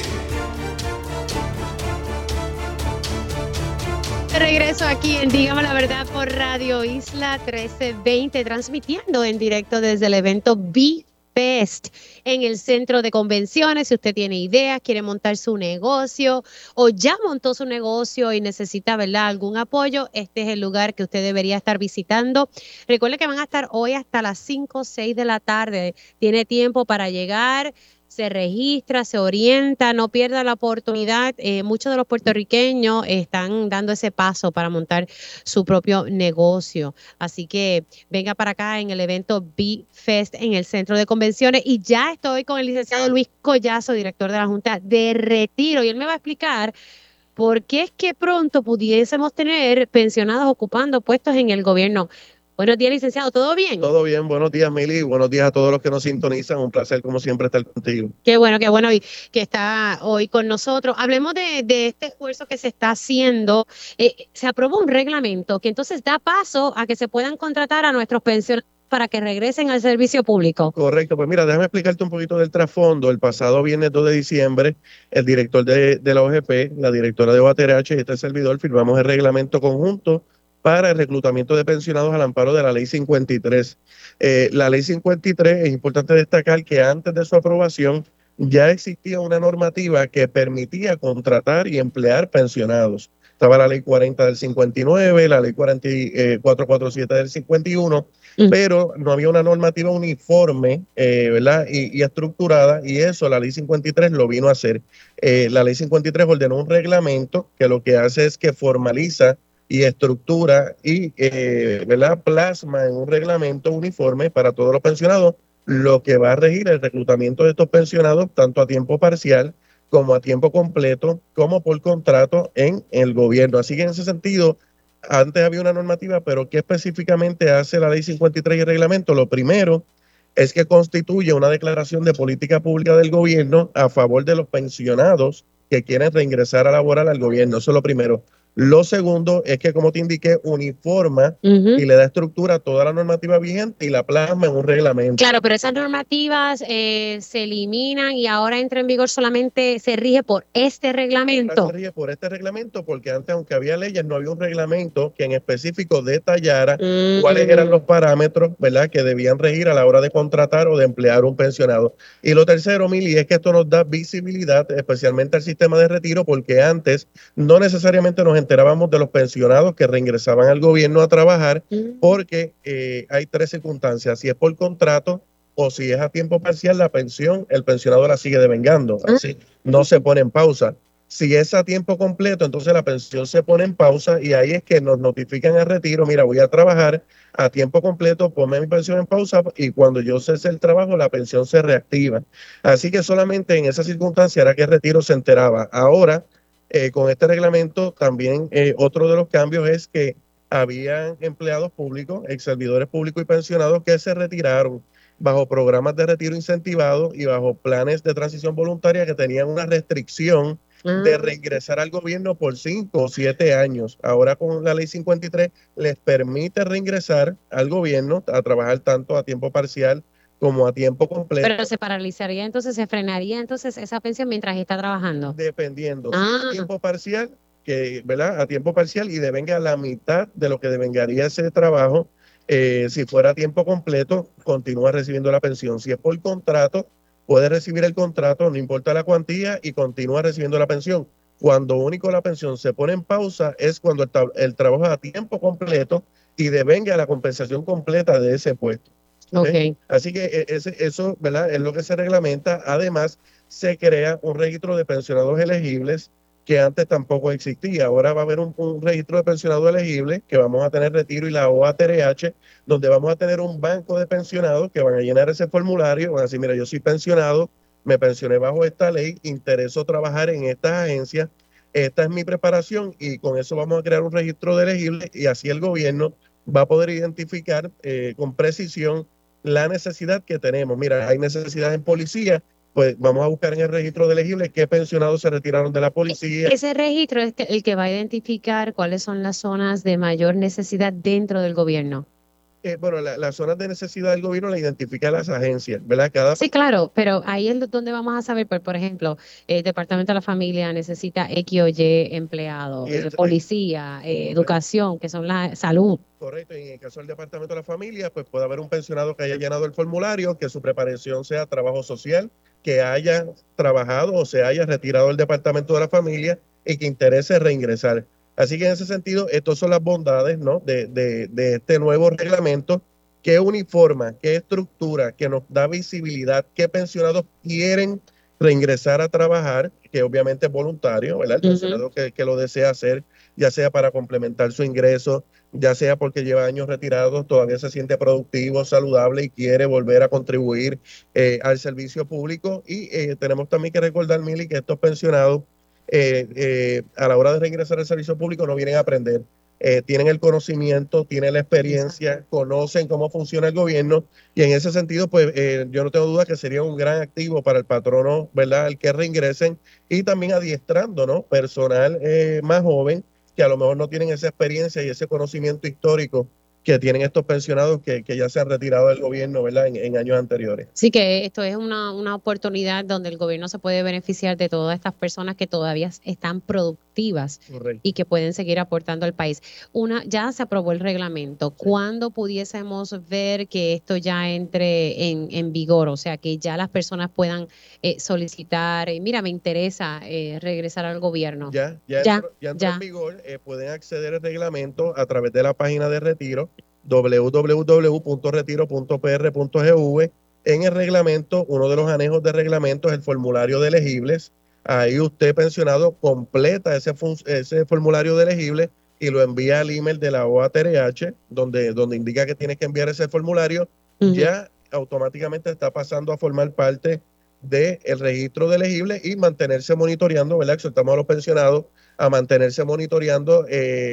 De regreso aquí en Dígame la Verdad por Radio Isla 1320, transmitiendo en directo desde el evento B-Fest en el Centro de Convenciones. Si usted tiene ideas, quiere montar su negocio o ya montó su negocio y necesita, ¿verdad?, algún apoyo, este es el lugar que usted debería estar visitando. Recuerde que van a estar hoy hasta las 5 o 6 de la tarde. Tiene tiempo para llegar, se registra, se orienta, no pierda la oportunidad. Muchos de los puertorriqueños están dando ese paso para montar su propio negocio. Así que venga para acá en el evento B-Fest en el Centro de Convenciones. Y ya estoy con el licenciado Luis Collazo, director de la Junta de Retiro. Y él me va a explicar por qué es que pronto pudiésemos tener pensionados ocupando puestos en el gobierno. Buenos días, licenciado. ¿Todo bien?
Todo bien. Buenos días, Mili. Buenos días a todos los que nos sintonizan. Un placer, como siempre, estar contigo.
Qué bueno y que está hoy con nosotros. Hablemos de este esfuerzo que se está haciendo. Se aprobó un reglamento que entonces da paso a que se puedan contratar a nuestros pensionados para que regresen al servicio público.
Correcto. Pues mira, déjame explicarte un poquito del trasfondo. El pasado viernes 2 de diciembre, el director de la OGP, la directora de OATRH y este servidor firmamos el reglamento conjunto para el reclutamiento de pensionados al amparo de la Ley 53. La Ley 53, es importante destacar que antes de su aprobación ya existía una normativa que permitía contratar y emplear pensionados. Estaba la Ley 40 del 59, la Ley 447 del 51, pero no había una normativa uniforme, ¿verdad? Y estructurada, y eso la Ley 53 lo vino a hacer. La Ley 53 ordenó un reglamento que lo que hace es que formaliza y estructura y ¿verdad?, plasma en un reglamento uniforme para todos los pensionados lo que va a regir el reclutamiento de estos pensionados tanto a tiempo parcial como a tiempo completo, como por contrato en el gobierno. Así que en ese sentido, antes había una normativa, pero ¿qué específicamente hace la Ley 53 y el reglamento? Lo primero es que constituye una declaración de política pública del gobierno a favor de los pensionados que quieren reingresar a laborar al gobierno. Eso es lo primero. Lo segundo es que, como te indiqué, uniforma y le da estructura a toda la normativa vigente y la plasma en un reglamento.
Claro, pero esas normativas se eliminan y ahora entra en vigor solamente, se rige por este reglamento.
Se rige por este reglamento porque antes, aunque había leyes, no había un reglamento que en específico detallara cuáles eran los parámetros, ¿verdad?, que debían regir a la hora de contratar o de emplear un pensionado. Y lo tercero, Mili, es que esto nos da visibilidad, especialmente al sistema de retiro, porque antes no necesariamente nos enterábamos de los pensionados que reingresaban al gobierno a trabajar, porque hay tres circunstancias: si es por contrato o si es a tiempo parcial, la pensión, el pensionado la sigue devengando, así no se pone en pausa. Si es a tiempo completo, entonces la pensión se pone en pausa y ahí es que nos notifican al retiro: mira, voy a trabajar a tiempo completo, ponme mi pensión en pausa y cuando yo cese el trabajo, la pensión se reactiva. Así que solamente en esa circunstancia era que el retiro se enteraba. Ahora, con este reglamento también otro de los cambios es que habían empleados públicos, ex servidores públicos y pensionados que se retiraron bajo programas de retiro incentivado y bajo planes de transición voluntaria que tenían una restricción de reingresar al gobierno por 5 o 7 años. Ahora con la Ley 53 les permite reingresar al gobierno a trabajar tanto a tiempo parcial como a tiempo completo.
Pero se paralizaría, entonces se frenaría entonces esa pensión mientras está trabajando.
Dependiendo. Si a tiempo parcial, ¿verdad?, a tiempo parcial y devenga la mitad de lo que devengaría ese trabajo. Si fuera a tiempo completo, continúa recibiendo la pensión. Si es por contrato, puede recibir el contrato, no importa la cuantía, y continúa recibiendo la pensión. Cuando único la pensión se pone en pausa es cuando el trabajo es a tiempo completo y devenga la compensación completa de ese puesto.
Okay.
Así que eso, ¿verdad?, es lo que se reglamenta. Además, se crea un registro de pensionados elegibles que antes tampoco existía. Ahora va a haber un registro de pensionados elegibles que vamos a tener retiro y la OATRH, donde vamos a tener un banco de pensionados que van a llenar ese formulario, van a decir: mira, yo soy pensionado, me pensioné bajo esta ley, intereso trabajar en estas agencias, esta es mi preparación y con eso vamos a crear un registro de elegibles y así el gobierno va a poder identificar con precisión la necesidad que tenemos. Mira, hay necesidad en policía, pues vamos a buscar en el registro de elegibles qué pensionados se retiraron de la policía.
Ese registro es el que va a identificar cuáles son las zonas de mayor necesidad dentro del gobierno.
Bueno, las zonas de necesidad del gobierno las identifican las agencias, ¿verdad?
Sí, claro, pero ahí es donde vamos a saber, por ejemplo, el Departamento de la Familia necesita X o Y empleados, policía, educación, que son la salud.
Correcto, y en el caso del Departamento de la Familia, pues puede haber un pensionado que haya llenado el formulario, que su preparación sea trabajo social, que haya trabajado o se haya retirado del Departamento de la Familia y que interese reingresar. Así que en ese sentido, estas son las bondades, ¿no? de este nuevo reglamento que uniforma, que estructura, que nos da visibilidad, qué pensionados quieren reingresar a trabajar, que obviamente es voluntario, ¿verdad? El pensionado que lo desea hacer, ya sea para complementar su ingreso, ya sea porque lleva años retirados, todavía se siente productivo, saludable y quiere volver a contribuir al servicio público. Y tenemos también que recordar, Mili, que estos pensionados a la hora de regresar al servicio público no vienen a aprender. Tienen el conocimiento, tienen la experiencia, conocen cómo funciona el gobierno y en ese sentido, pues yo no tengo duda que sería un gran activo para el patrono, ¿verdad? El que reingresen y también adiestrando, ¿no? Personal más joven que a lo mejor no tienen esa experiencia y ese conocimiento histórico que tienen estos pensionados que ya se han retirado del gobierno, ¿verdad? En años anteriores.
Sí, que esto es una oportunidad donde el gobierno se puede beneficiar de todas estas personas que todavía están productivas.
Correcto.
Y que pueden seguir aportando al país. Ya se aprobó el reglamento.
Sí.
¿Cuándo pudiésemos ver que esto ya entre en vigor? O sea, que ya las personas puedan solicitar, mira, me interesa regresar al gobierno.
Ya entró en vigor, pueden acceder al reglamento a través de la página de retiro, www.retiro.pr.gov. En el reglamento, uno de los anejos de reglamento es el formulario de elegibles. Ahí usted, pensionado, completa ese formulario de elegibles y lo envía al email de la OATRH, donde indica que tiene que enviar ese formulario. Ya automáticamente está pasando a formar parte del registro de elegibles y mantenerse monitoreando, ¿verdad? Exhortamos a los pensionados a mantenerse monitoreando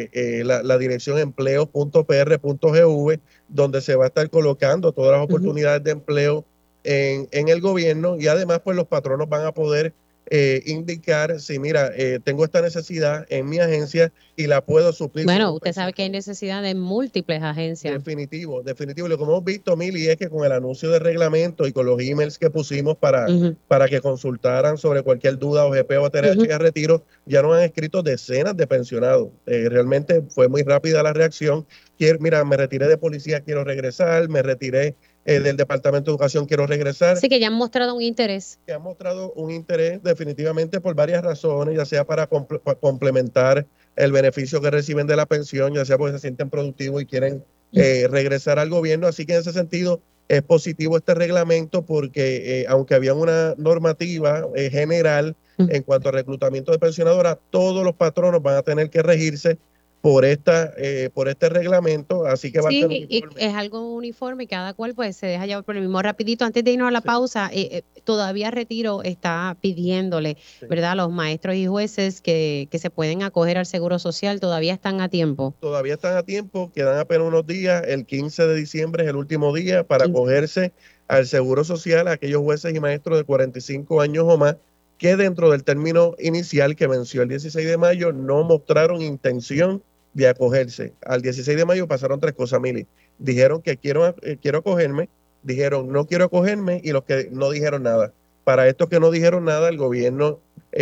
la dirección empleos.pr.gov, donde se va a estar colocando todas las oportunidades de empleo en el gobierno y además pues los patronos van a poder indicar si mira, tengo esta necesidad en mi agencia y la puedo suplir.
Bueno, usted sabe que hay necesidad de múltiples agencias.
Definitivo. Lo que hemos visto, Mili, es que con el anuncio de reglamento y con los emails que pusimos para que consultaran sobre cualquier duda o GP o TRH a retiro, ya nos han escrito decenas de pensionados. Realmente fue muy rápida la reacción. Mira, me retiré de policía, quiero regresar, me retiré del Departamento de Educación, quiero regresar.
Sí, que ya han mostrado un interés.
Que han mostrado un interés definitivamente por varias razones, ya sea para complementar el beneficio que reciben de la pensión, ya sea porque se sienten productivos y quieren regresar al gobierno. Así que en ese sentido es positivo este reglamento porque aunque había una normativa general en cuanto al reclutamiento de pensionadoras, todos los patronos van a tener que regirse por este reglamento, así que va a ser uniforme.
Es algo uniforme y cada cual pues se deja llevar por el mismo. Rapidito, antes de irnos a la pausa, todavía Retiro está pidiéndole, ¿verdad?, a los maestros y jueces que se pueden acoger al Seguro Social, todavía están a tiempo.
Todavía están a tiempo, quedan apenas unos días, el 15 de diciembre es el último día para acogerse al Seguro Social a aquellos jueces y maestros de 45 años o más que dentro del término inicial que venció el 16 de mayo no mostraron intención de acogerse. Al 16 de mayo pasaron tres cosas, Mili. Dijeron que quiero acogerme, dijeron no quiero acogerme y los que no dijeron nada. Para estos que no dijeron nada, el gobierno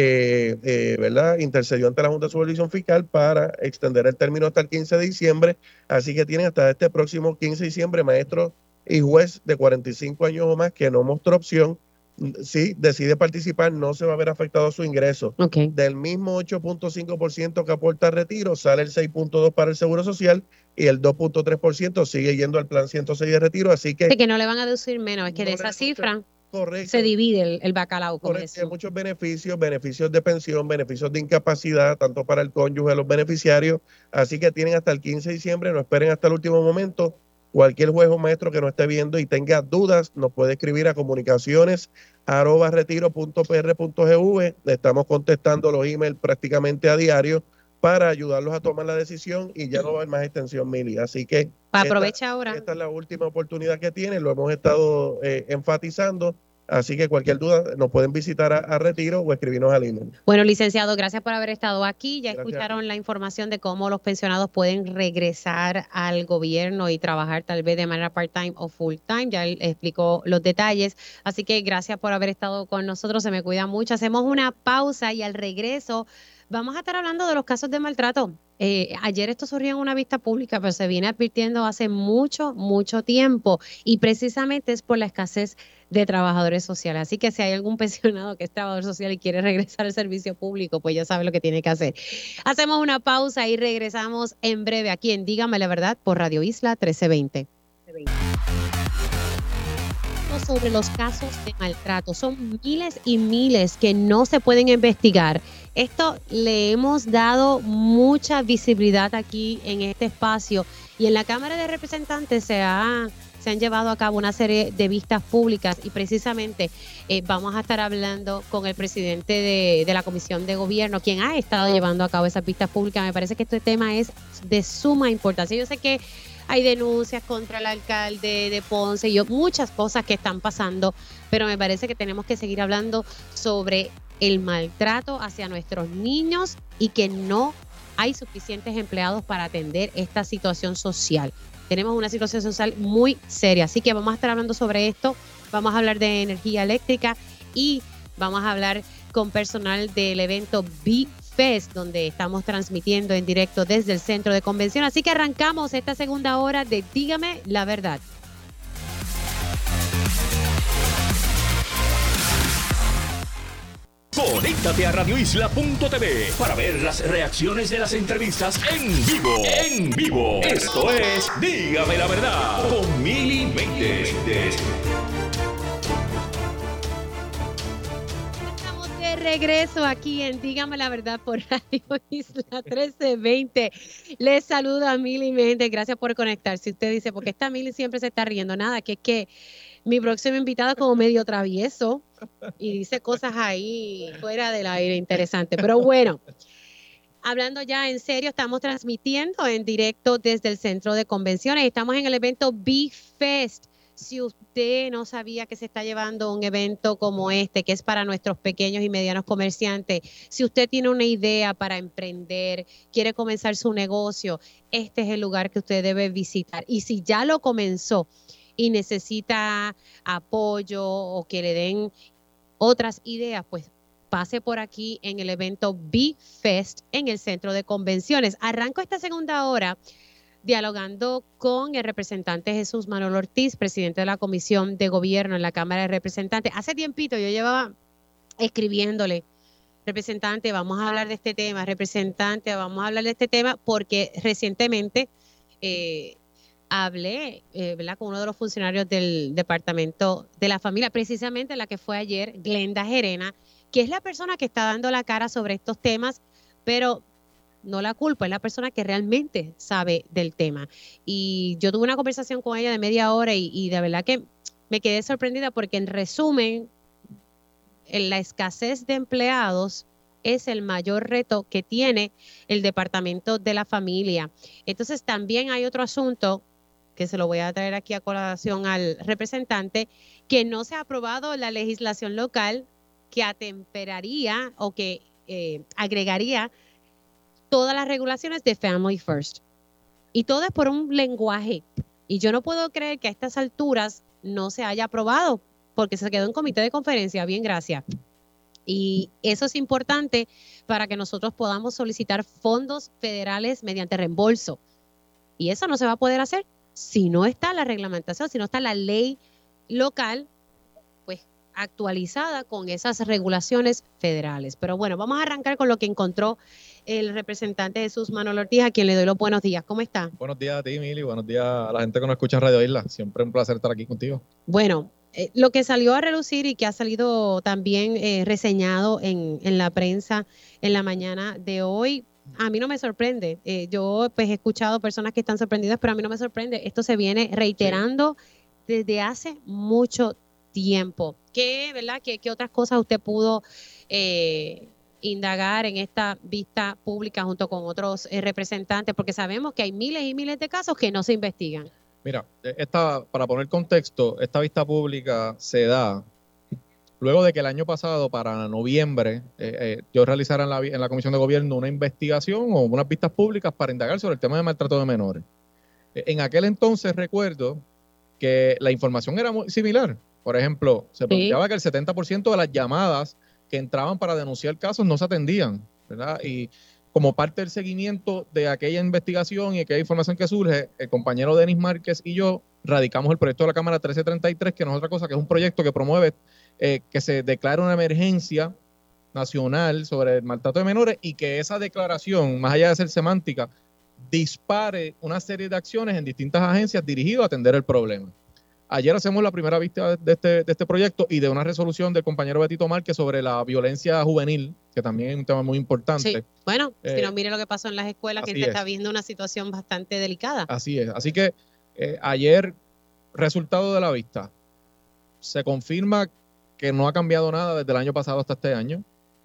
¿verdad?, intercedió ante la Junta de Supervisión Fiscal para extender el término hasta el 15 de diciembre. Así que tienen hasta este próximo 15 de diciembre maestros y juez de 45 años o más que no mostró opción. Si decide participar, no se va a ver afectado su ingreso. Del mismo 8.5% que aporta retiro, sale el 6.2% para el Seguro Social y el 2.3% sigue yendo al plan 106 de retiro. Así que
no le van a deducir menos, es que no de esa cifra
se
divide el bacalao.
Correcto, hay muchos beneficios de pensión, beneficios de incapacidad, tanto para el cónyuge, los beneficiarios. Así que tienen hasta el 15 de diciembre, no esperen hasta el último momento. Cualquier juez o maestro que nos esté viendo y tenga dudas, nos puede escribir a comunicaciones@retiro.pr.gv. Le estamos contestando los emails prácticamente a diario para ayudarlos a tomar la decisión y ya no va a haber más extensión, Mili. Así que
aprovecha ahora.
Esta es la última oportunidad que tienen, lo hemos estado enfatizando. Así que cualquier duda nos pueden visitar a Retiro o escribirnos al email.
Bueno, licenciado, gracias por haber estado aquí. Ya
Gracias.
escucharon la información de cómo los pensionados pueden regresar al gobierno y trabajar tal vez de manera part-time o full-time. Ya él explicó los detalles. Así que gracias por haber estado con nosotros. Se me cuida mucho. Hacemos una pausa y al regreso vamos a estar hablando de los casos de maltrato. Ayer esto surgió en una vista pública, pero se viene advirtiendo hace mucho tiempo y precisamente es por la escasez de trabajadores sociales. Así que si hay algún pensionado que es trabajador social y quiere regresar al servicio público, pues ya sabe lo que tiene que hacer. Hacemos una pausa y regresamos en breve aquí en Dígame la Verdad por Radio Isla 1320. Sobre los casos de maltrato. Son miles y miles que no se pueden investigar. Esto le hemos dado mucha visibilidad aquí en este espacio y en la Cámara de Representantes se han llevado a cabo una serie de vistas públicas y precisamente vamos a estar hablando con el presidente de la Comisión de Gobierno, quien ha estado llevando a cabo esas vistas públicas. Me parece que este tema es de suma importancia. Yo sé que hay denuncias contra el alcalde de Ponce y muchas cosas que están pasando, pero me parece que tenemos que seguir hablando sobre el maltrato hacia nuestros niños y que no hay suficientes empleados para atender esta situación social. Tenemos una situación social muy seria, así que vamos a estar hablando sobre esto, vamos a hablar de energía eléctrica y vamos a hablar con personal del evento B-Fest, donde estamos transmitiendo en directo desde el centro de convención. Así que arrancamos esta segunda hora de Dígame la Verdad.
Conéctate a radioisla.tv para ver las reacciones de las entrevistas en vivo. En vivo. Esto es Dígame la Verdad con Mili Méndez.
De regreso aquí en Dígame la Verdad por Radio Isla 1320. Les saluda Mili Méndez. Gracias por conectarse. Usted dice, ¿por qué esta Mili siempre se está riendo? Nada, que es que mi próximo invitado es como medio travieso y dice cosas ahí fuera del aire interesante. Pero bueno, hablando ya en serio, estamos transmitiendo en directo desde el centro de convenciones. Estamos en el evento B-Fest. Si usted no sabía que se está llevando un evento como este, que es para nuestros pequeños y medianos comerciantes, si usted tiene una idea para emprender, quiere comenzar su negocio, este es el lugar que usted debe visitar. Y si ya lo comenzó y necesita apoyo o que le den otras ideas, pues pase por aquí en el evento B-Fest en el centro de convenciones. Arranco esta segunda hora dialogando con el representante Jesús Manuel Ortiz, presidente de la Comisión de Gobierno en la Cámara de Representantes. Hace tiempito yo llevaba escribiéndole, representante, vamos a hablar de este tema, representante, vamos a hablar de este tema, porque recientemente hablé ¿verdad? Con uno de los funcionarios del Departamento de la Familia, precisamente la que fue ayer, Glenda Gerena, que es la persona que está dando la cara sobre estos temas, pero no la culpa, es la persona que realmente sabe del tema. Y yo tuve una conversación con ella de media hora y de verdad que me quedé sorprendida porque en resumen, la escasez de empleados es el mayor reto que tiene el Departamento de la Familia. Entonces también hay otro asunto que se lo voy a traer aquí a colación al representante, que no se ha aprobado la legislación local que atemperaría o que agregaría todas las regulaciones de Family First. Y todo es por un lenguaje. Y yo no puedo creer que a estas alturas no se haya aprobado, porque se quedó en comité de conferencia. Bien, gracias. Y eso es importante para que nosotros podamos solicitar fondos federales mediante reembolso. Y eso no se va a poder hacer si no está la reglamentación, si no está la ley local, pues actualizada con esas regulaciones federales. Pero bueno, vamos a arrancar con lo que encontró el representante Jesús Manuel Ortiz, a quien le doy los buenos días. ¿Cómo está?
Buenos días a ti, Mili. Buenos días a la gente que nos escucha en Radio Isla. Siempre un placer estar aquí contigo.
Bueno, lo que salió a relucir y que ha salido también reseñado en la prensa en la mañana de hoy A mí no me sorprende. Yo pues he escuchado personas que están sorprendidas, pero a mí no me sorprende. Esto se viene reiterando desde hace mucho tiempo. ¿Verdad? ¿Qué otras cosas usted pudo indagar en esta vista pública junto con otros representantes? Porque sabemos que hay miles y miles de casos que no se investigan.
Mira, para poner contexto, esta vista pública se da luego de que el año pasado, para noviembre, yo realizara en la Comisión de Gobierno una investigación o unas vistas públicas para indagar sobre el tema de maltrato de menores. En aquel entonces recuerdo que la información era muy similar. Por ejemplo, se planteaba que el 70% de las llamadas que entraban para denunciar casos no se atendían, ¿verdad? Y como parte del seguimiento de aquella investigación y aquella información que surge, el compañero Denis Márquez y yo radicamos el proyecto de la Cámara 1333, que no es otra cosa que es un proyecto que promueve que se declare una emergencia nacional sobre el maltrato de menores y que esa declaración, más allá de ser semántica, dispare una serie de acciones en distintas agencias dirigidas a atender el problema. Ayer hacemos la primera vista de este proyecto y de una resolución del compañero Betito Márquez sobre la violencia juvenil, que también es un tema muy importante.
Sí. Bueno, si no, mire lo que pasó en las escuelas, que se está viendo una situación bastante delicada.
Así es. Así que ayer, resultado de la vista, se confirma que no ha cambiado nada desde el año pasado hasta este año.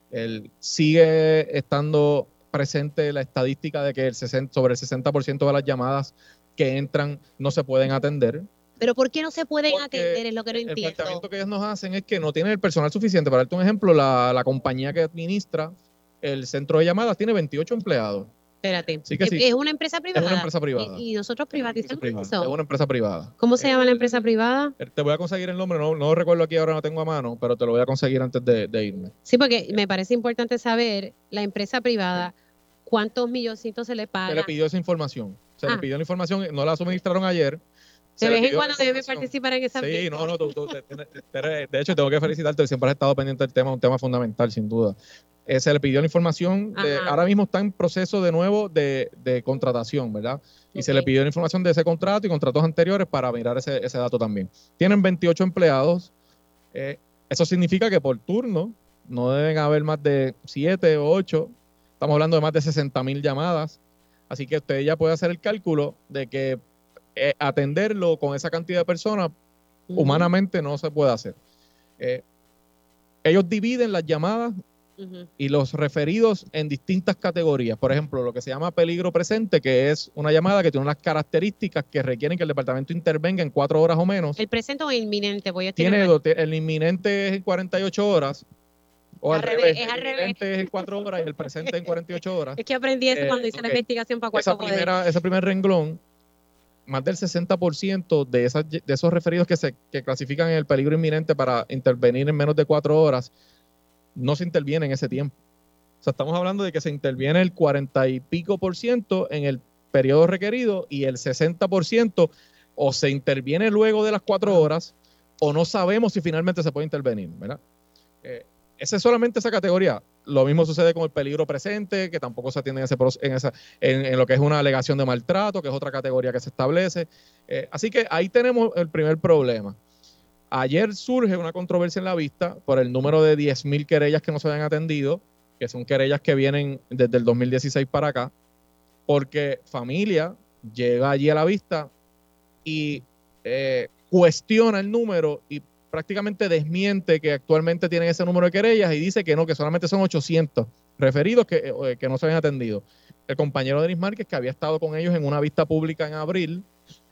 Sigue estando presente la estadística de que sobre el 60% de las llamadas que entran no se pueden atender.
¿Pero por qué no se pueden atender? Es lo que no entiendo.
El planteamiento que ellos nos hacen es que no tienen el personal suficiente. Para darte un ejemplo, la compañía que administra el centro de llamadas tiene 28 empleados.
Espérate,
sí.
¿Es una empresa privada?
Es una empresa privada.
¿Y nosotros privatizamos eso?
Es una empresa privada.
¿Cómo se llama la empresa privada?
Te voy a conseguir el nombre, no lo recuerdo aquí ahora, no tengo a mano, pero te lo voy a conseguir antes de irme.
Sí, porque me parece importante saber, la empresa privada, ¿cuántos milloncitos se le paga?
Se le pidió esa información. Le pidió la información, no la suministraron ayer.
De vez en cuando debe participar en esa
Sí, no, de hecho tengo que felicitarte, siempre has estado pendiente del tema, un tema fundamental, sin duda. Se le pidió la información, ahora mismo está en proceso de nuevo de contratación, ¿verdad? Y se le pidió la información de ese contrato y contratos anteriores para mirar ese dato también. Tienen 28 empleados, eso significa que por turno no deben haber más de 7 o 8, estamos hablando de más de 60,000 llamadas, así que usted ya puede hacer el cálculo de que atenderlo con esa cantidad de personas humanamente no se puede hacer. Ellos dividen las llamadas y los referidos en distintas categorías. Por ejemplo, lo que se llama peligro presente, que es una llamada que tiene unas características que requieren que el departamento intervenga en 4 horas o menos.
¿El presente o el inminente?
El inminente es en 48 horas. O al revés.
Es al revés.
El inminente es en 4 horas y el presente en 48 horas.
Es que aprendí eso cuando hice la investigación para cuarto poder.
Ese primer renglón, más del 60% de esos referidos que clasifican en el peligro inminente para intervenir en menos de 4 horas, no se interviene en ese tiempo. O sea, estamos hablando de que se interviene el 40 y pico % en el periodo requerido y el 60% o se interviene luego de las 4 horas o no sabemos si finalmente se puede intervenir, ¿verdad? Esa es solamente esa categoría. Lo mismo sucede con el peligro presente, que tampoco se atiende en lo que es una alegación de maltrato, que es otra categoría que se establece. Así que ahí tenemos el primer problema. Ayer surge una controversia en la vista por el número de 10,000 querellas que no se habían atendido, que son querellas que vienen desde el 2016 para acá, porque familia llega allí a la vista y cuestiona el número y prácticamente desmiente que actualmente tienen ese número de querellas y dice que no, que solamente son 800 referidos que no se habían atendido. El compañero Denis Márquez, que había estado con ellos en una vista pública en abril,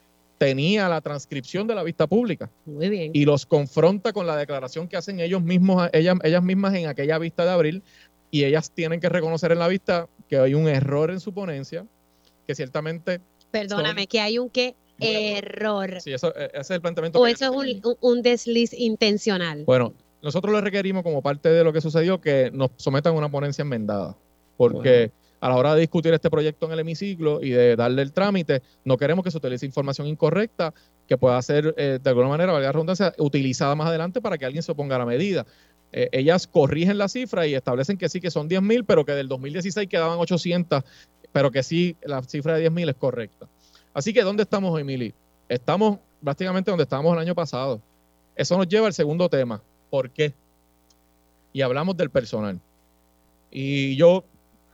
tenía la transcripción de la vista pública.
Muy bien.
Y los confronta con la declaración que hacen ellas mismas en aquella vista de abril, y ellas tienen que reconocer en la vista que hay un error en su ponencia, que ciertamente...
Perdóname, que hay un error.
Sí, ese es el planteamiento.
¿O eso es un desliz intencional?
Bueno, nosotros le requerimos como parte de lo que sucedió que nos sometan a una ponencia enmendada, porque a la hora de discutir este proyecto en el hemiciclo y de darle el trámite, no queremos que se utilice información incorrecta que pueda ser, de alguna manera, valga la redundancia, utilizada más adelante para que alguien se oponga a la medida. Ellas corrigen la cifra y establecen que sí, que son 10,000, pero que del 2016 quedaban 800, pero que sí, la cifra de 10,000 es correcta. Así que, ¿dónde estamos hoy, Mili? Estamos prácticamente donde estábamos el año pasado. Eso nos lleva al segundo tema. ¿Por qué? Y hablamos del personal. Y yo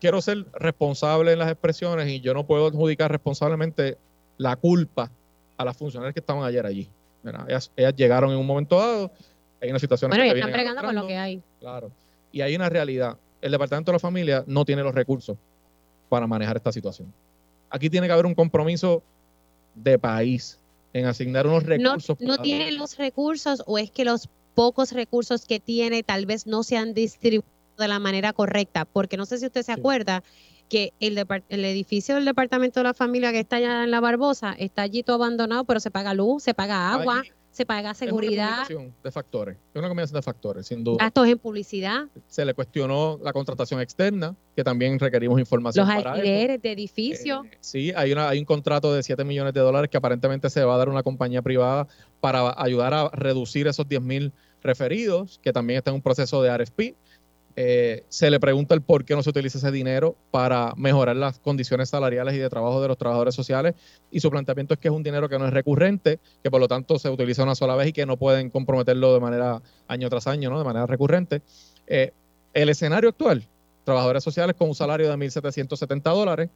quiero ser responsable en las expresiones y yo no puedo adjudicar responsablemente la culpa a las funcionarias que estaban ayer allí. ¿Verdad? Ellas llegaron en un momento dado, hay una situación
Bueno,
que
ya
vienen
están bregando con lo
arrastrando.
que hay.
Claro. Y hay una realidad. El Departamento de la Familia no tiene los recursos para manejar esta situación. Aquí tiene que haber un compromiso de país en asignar unos recursos.
No tiene los recursos, o es que los pocos recursos que tiene tal vez no se han distribuido de la manera correcta, porque no sé si usted se acuerda que el edificio del Departamento de la Familia que está allá en La Barbosa está allí todo abandonado, pero se paga luz, se paga agua,
Ahí
se paga seguridad,
Es una combinación de factores. Es una combinación de factores, sin duda.
gastos en publicidad,
Se le cuestionó la contratación externa, que también requerimos información
los
para eso.
alquileres de edificios.
Sí, hay un contrato de $7 millones que aparentemente se va a dar a una compañía privada para ayudar a reducir esos 10,000 referidos, que también está en un proceso de RFP. Se le pregunta el por qué no se utiliza ese dinero para mejorar las condiciones salariales y de trabajo de los trabajadores sociales, y su planteamiento es que es un dinero que no es recurrente, que por lo tanto se utiliza una sola vez y que no pueden comprometerlo de manera año tras año, ¿no? De manera recurrente. El escenario actual, trabajadores sociales con un salario de $1,770,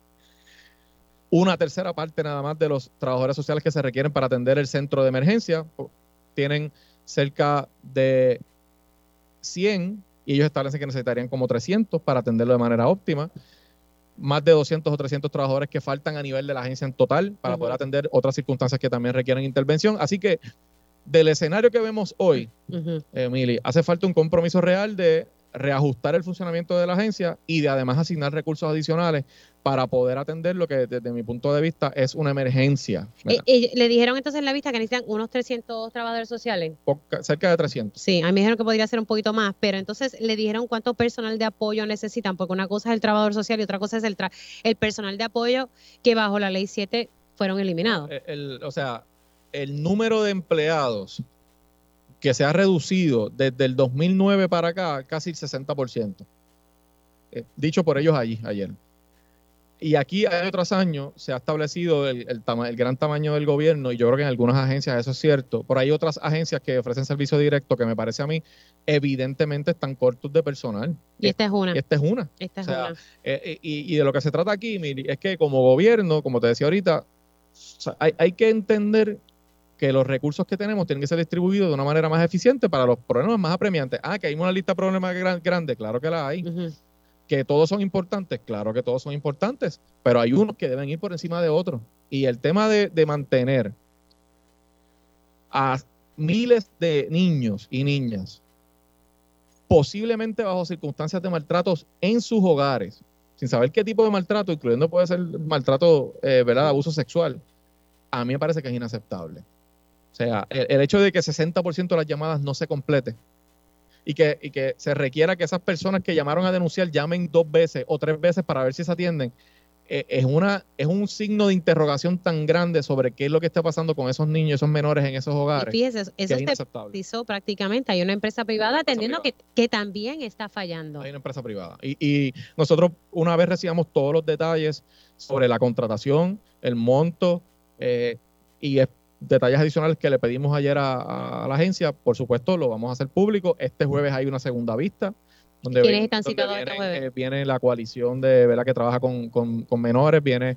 una tercera parte nada más de los trabajadores sociales que se requieren para atender el centro de emergencia tienen cerca de 100, y ellos establecen que necesitarían como 300 para atenderlo de manera óptima. Más de 200 o 300 trabajadores que faltan a nivel de la agencia en total para poder atender otras circunstancias que también requieren intervención. Así que del escenario que vemos hoy, Mili, hace falta un compromiso real de reajustar el funcionamiento de la agencia y de además asignar recursos adicionales para poder atender lo que desde mi punto de vista es una emergencia.
Le dijeron entonces en la vista que necesitan unos 300 trabajadores sociales.
Cerca de 300.
Sí, a mí me dijeron que podría ser un poquito más, pero entonces le dijeron cuánto personal de apoyo necesitan, porque una cosa es el trabajador social y otra cosa es el personal de apoyo que bajo la ley 7 fueron eliminados.
O sea, el número de empleados que se ha reducido desde el 2009 para acá, casi el 60%. Dicho por ellos ayer. Y aquí, año tras año, se ha establecido el gran tamaño del gobierno, y yo creo que en algunas agencias eso es cierto. Por ahí otras agencias que ofrecen servicio directo, que me parece a mí, evidentemente están cortos de personal.
Y esta es una.
Y de lo que se trata aquí, Mili, es que como gobierno, como te decía ahorita, hay que entender que los recursos que tenemos tienen que ser distribuidos de una manera más eficiente para los problemas más apremiantes. Que hay una lista de problemas grande, claro que la hay. Que todos son importantes, claro que todos son importantes, pero hay unos que deben ir por encima de otros. Y el tema de mantener a miles de niños y niñas posiblemente bajo circunstancias de maltratos en sus hogares, sin saber qué tipo de maltrato, incluyendo puede ser maltrato, ¿verdad?, abuso sexual, a mí me parece que es inaceptable. O sea, el hecho de que 60% de las llamadas no se complete y que se requiera que esas personas que llamaron a denunciar llamen 2 veces o 3 veces para ver si se atienden, es un signo de interrogación tan grande sobre qué es lo que está pasando con esos niños, esos menores en esos hogares.
Y fíjese, eso se hizo prácticamente. Hay una empresa privada atendiendo que también está fallando.
Hay una empresa privada. Y nosotros una vez recibamos todos los detalles sobre la contratación, el monto y detalles adicionales que le pedimos ayer a la agencia, por supuesto lo vamos a hacer público. Este jueves hay una segunda vista.
¿Quiénes están citados este jueves?
Viene la coalición ¿verdad?, que trabaja con menores, viene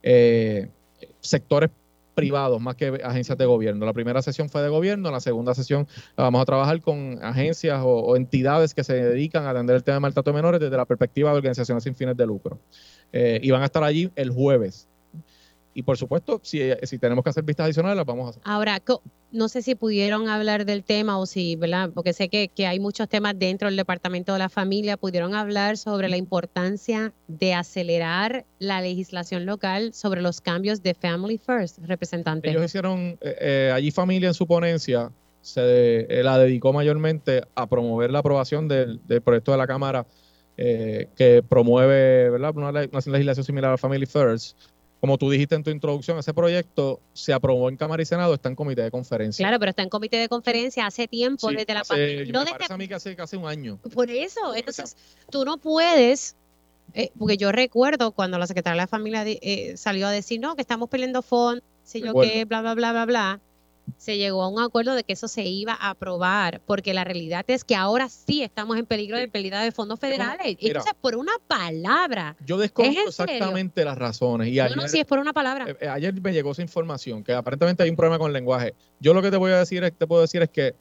sectores privados más que agencias de gobierno. La primera sesión fue de gobierno, la segunda sesión la vamos a trabajar con agencias o entidades que se dedican a atender el tema de maltrato de menores desde la perspectiva de organizaciones sin fines de lucro. Y van a estar allí el jueves. Y por supuesto, si tenemos que hacer vistas adicionales, las vamos a hacer.
Ahora, no sé si pudieron hablar del tema o si, ¿verdad? Porque sé que hay muchos temas dentro del Departamento de la Familia. ¿Pudieron hablar sobre la importancia de acelerar la legislación local sobre los cambios de Family First, representante?
Ellos hicieron, allí Familia en su ponencia la dedicó mayormente a promover la aprobación del proyecto de la Cámara que promueve, ¿verdad?, una legislación similar a Family First. Como tú dijiste en tu introducción, ese proyecto se aprobó en Cámara y Senado, está en comité de conferencia.
Claro, pero está en comité de conferencia hace tiempo,
sí,
desde la
pandemia. Me parece a mí que hace un año.
Por eso, entonces tú no puedes, porque yo recuerdo cuando la secretaria de la Familia salió a decir, no, que estamos peleando fondos, sé yo qué, bla, bla, bla, bla, bla. se llegó a un acuerdo de que eso se iba a aprobar, porque la realidad es que ahora sí estamos en peligro de pérdida de fondos federales.
Mira,
Entonces, por una palabra.
Yo desconozco
¿Es en serio?
exactamente las razones. Y
No, si es por una palabra.
ayer me llegó esa información, que aparentemente hay un problema con el lenguaje. Yo lo que te puedo decir es que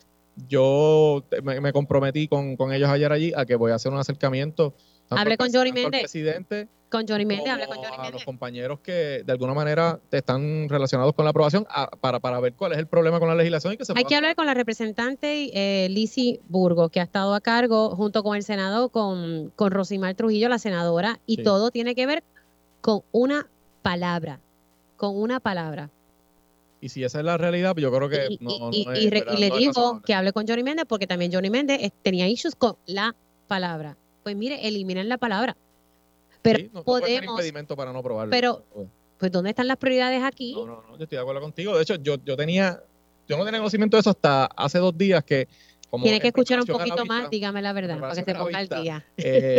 yo me comprometí con ellos ayer allí a que voy a hacer un acercamiento.
Hablé con Johnny
tanto al
Méndez.
presidente
Con Johnny Méndez, hablé con
como
Johnny
a los
Méndez.
compañeros que de alguna manera están relacionados con la aprobación para ver cuál es el problema con la legislación y que se
Hay que hablar con la representante Lizy Burgos, que ha estado a cargo junto con el Senado, con Rosimar Trujillo, la senadora, y
Sí.
todo tiene que ver con una palabra. Con una palabra.
Y si esa es la realidad, pues yo creo que
Y le digo que hable con Johnny Méndez, porque también Johnny Méndez tenía issues con la palabra. Pues mire, eliminen la palabra. Pero
sí, no puede ser
podemos,
impedimento para no aprobarlo.
pero pues ¿dónde están las prioridades aquí?
No, yo estoy de acuerdo contigo. De hecho, yo no tenía conocimiento de eso hasta hace 2 días que como
Tiene que
en
escuchar un
preparación a la
poquito
vista,
más, dígame la verdad, para que se
preparación a la
ponga al
vista,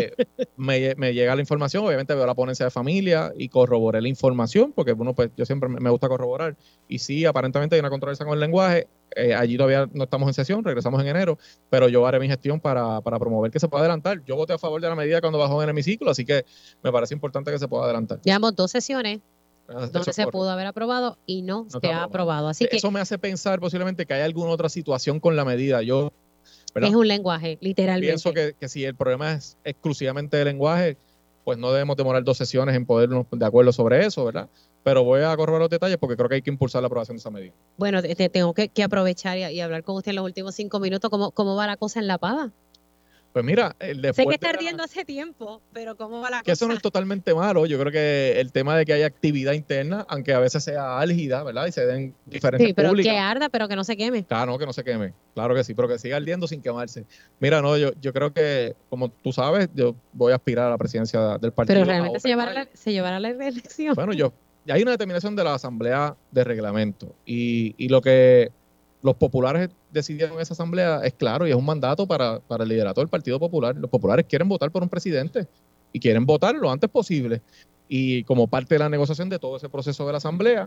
día.
me llega la información, obviamente veo la ponencia de familia y corroboré la información, porque bueno, pues yo siempre me gusta corroborar. Y sí, aparentemente hay una controversia con el lenguaje. Allí todavía no estamos en sesión, regresamos en enero, pero yo haré mi gestión para promover que se pueda adelantar. Yo voté a favor de la medida cuando bajó en el hemiciclo, así que me parece importante que se pueda adelantar.
Llevamos 2 sesiones donde
Eso
se
corre.
pudo haber aprobado y no se
está
ha aprobado. Así que
eso me hace pensar posiblemente que hay alguna otra situación con la medida. Yo, ¿verdad?,
es un lenguaje, literalmente.
pienso que si el problema es exclusivamente de lenguaje, pues no debemos demorar 2 sesiones en podernos de acuerdo sobre eso, ¿verdad? Pero voy a corroborar los detalles porque creo que hay que impulsar la aprobación de esa medida.
Bueno, tengo que aprovechar y hablar con usted en los últimos 5 minutos. ¿Cómo va la cosa en La Pava?
Pues mira,
Sé que está ardiendo hace tiempo, pero ¿cómo va la
que
cosa?
eso no es totalmente malo. Yo creo que el tema de que haya actividad interna, aunque a veces sea álgida, ¿verdad? Y se den diferentes
Sí, pero
públicas.
que arda, pero que no se queme.
Claro, no, que no se queme. Claro que sí, pero que siga ardiendo sin quemarse. Mira, no, yo creo que, como tú sabes, yo voy a aspirar a la presidencia del partido.
Pero realmente se llevará la reelección.
Bueno, hay una determinación de la Asamblea de Reglamento y lo que los populares decidieron en esa asamblea es claro y es un mandato para el liderato del Partido Popular. Los populares quieren votar por un presidente y quieren votar lo antes posible. Y como parte de la negociación de todo ese proceso de la asamblea,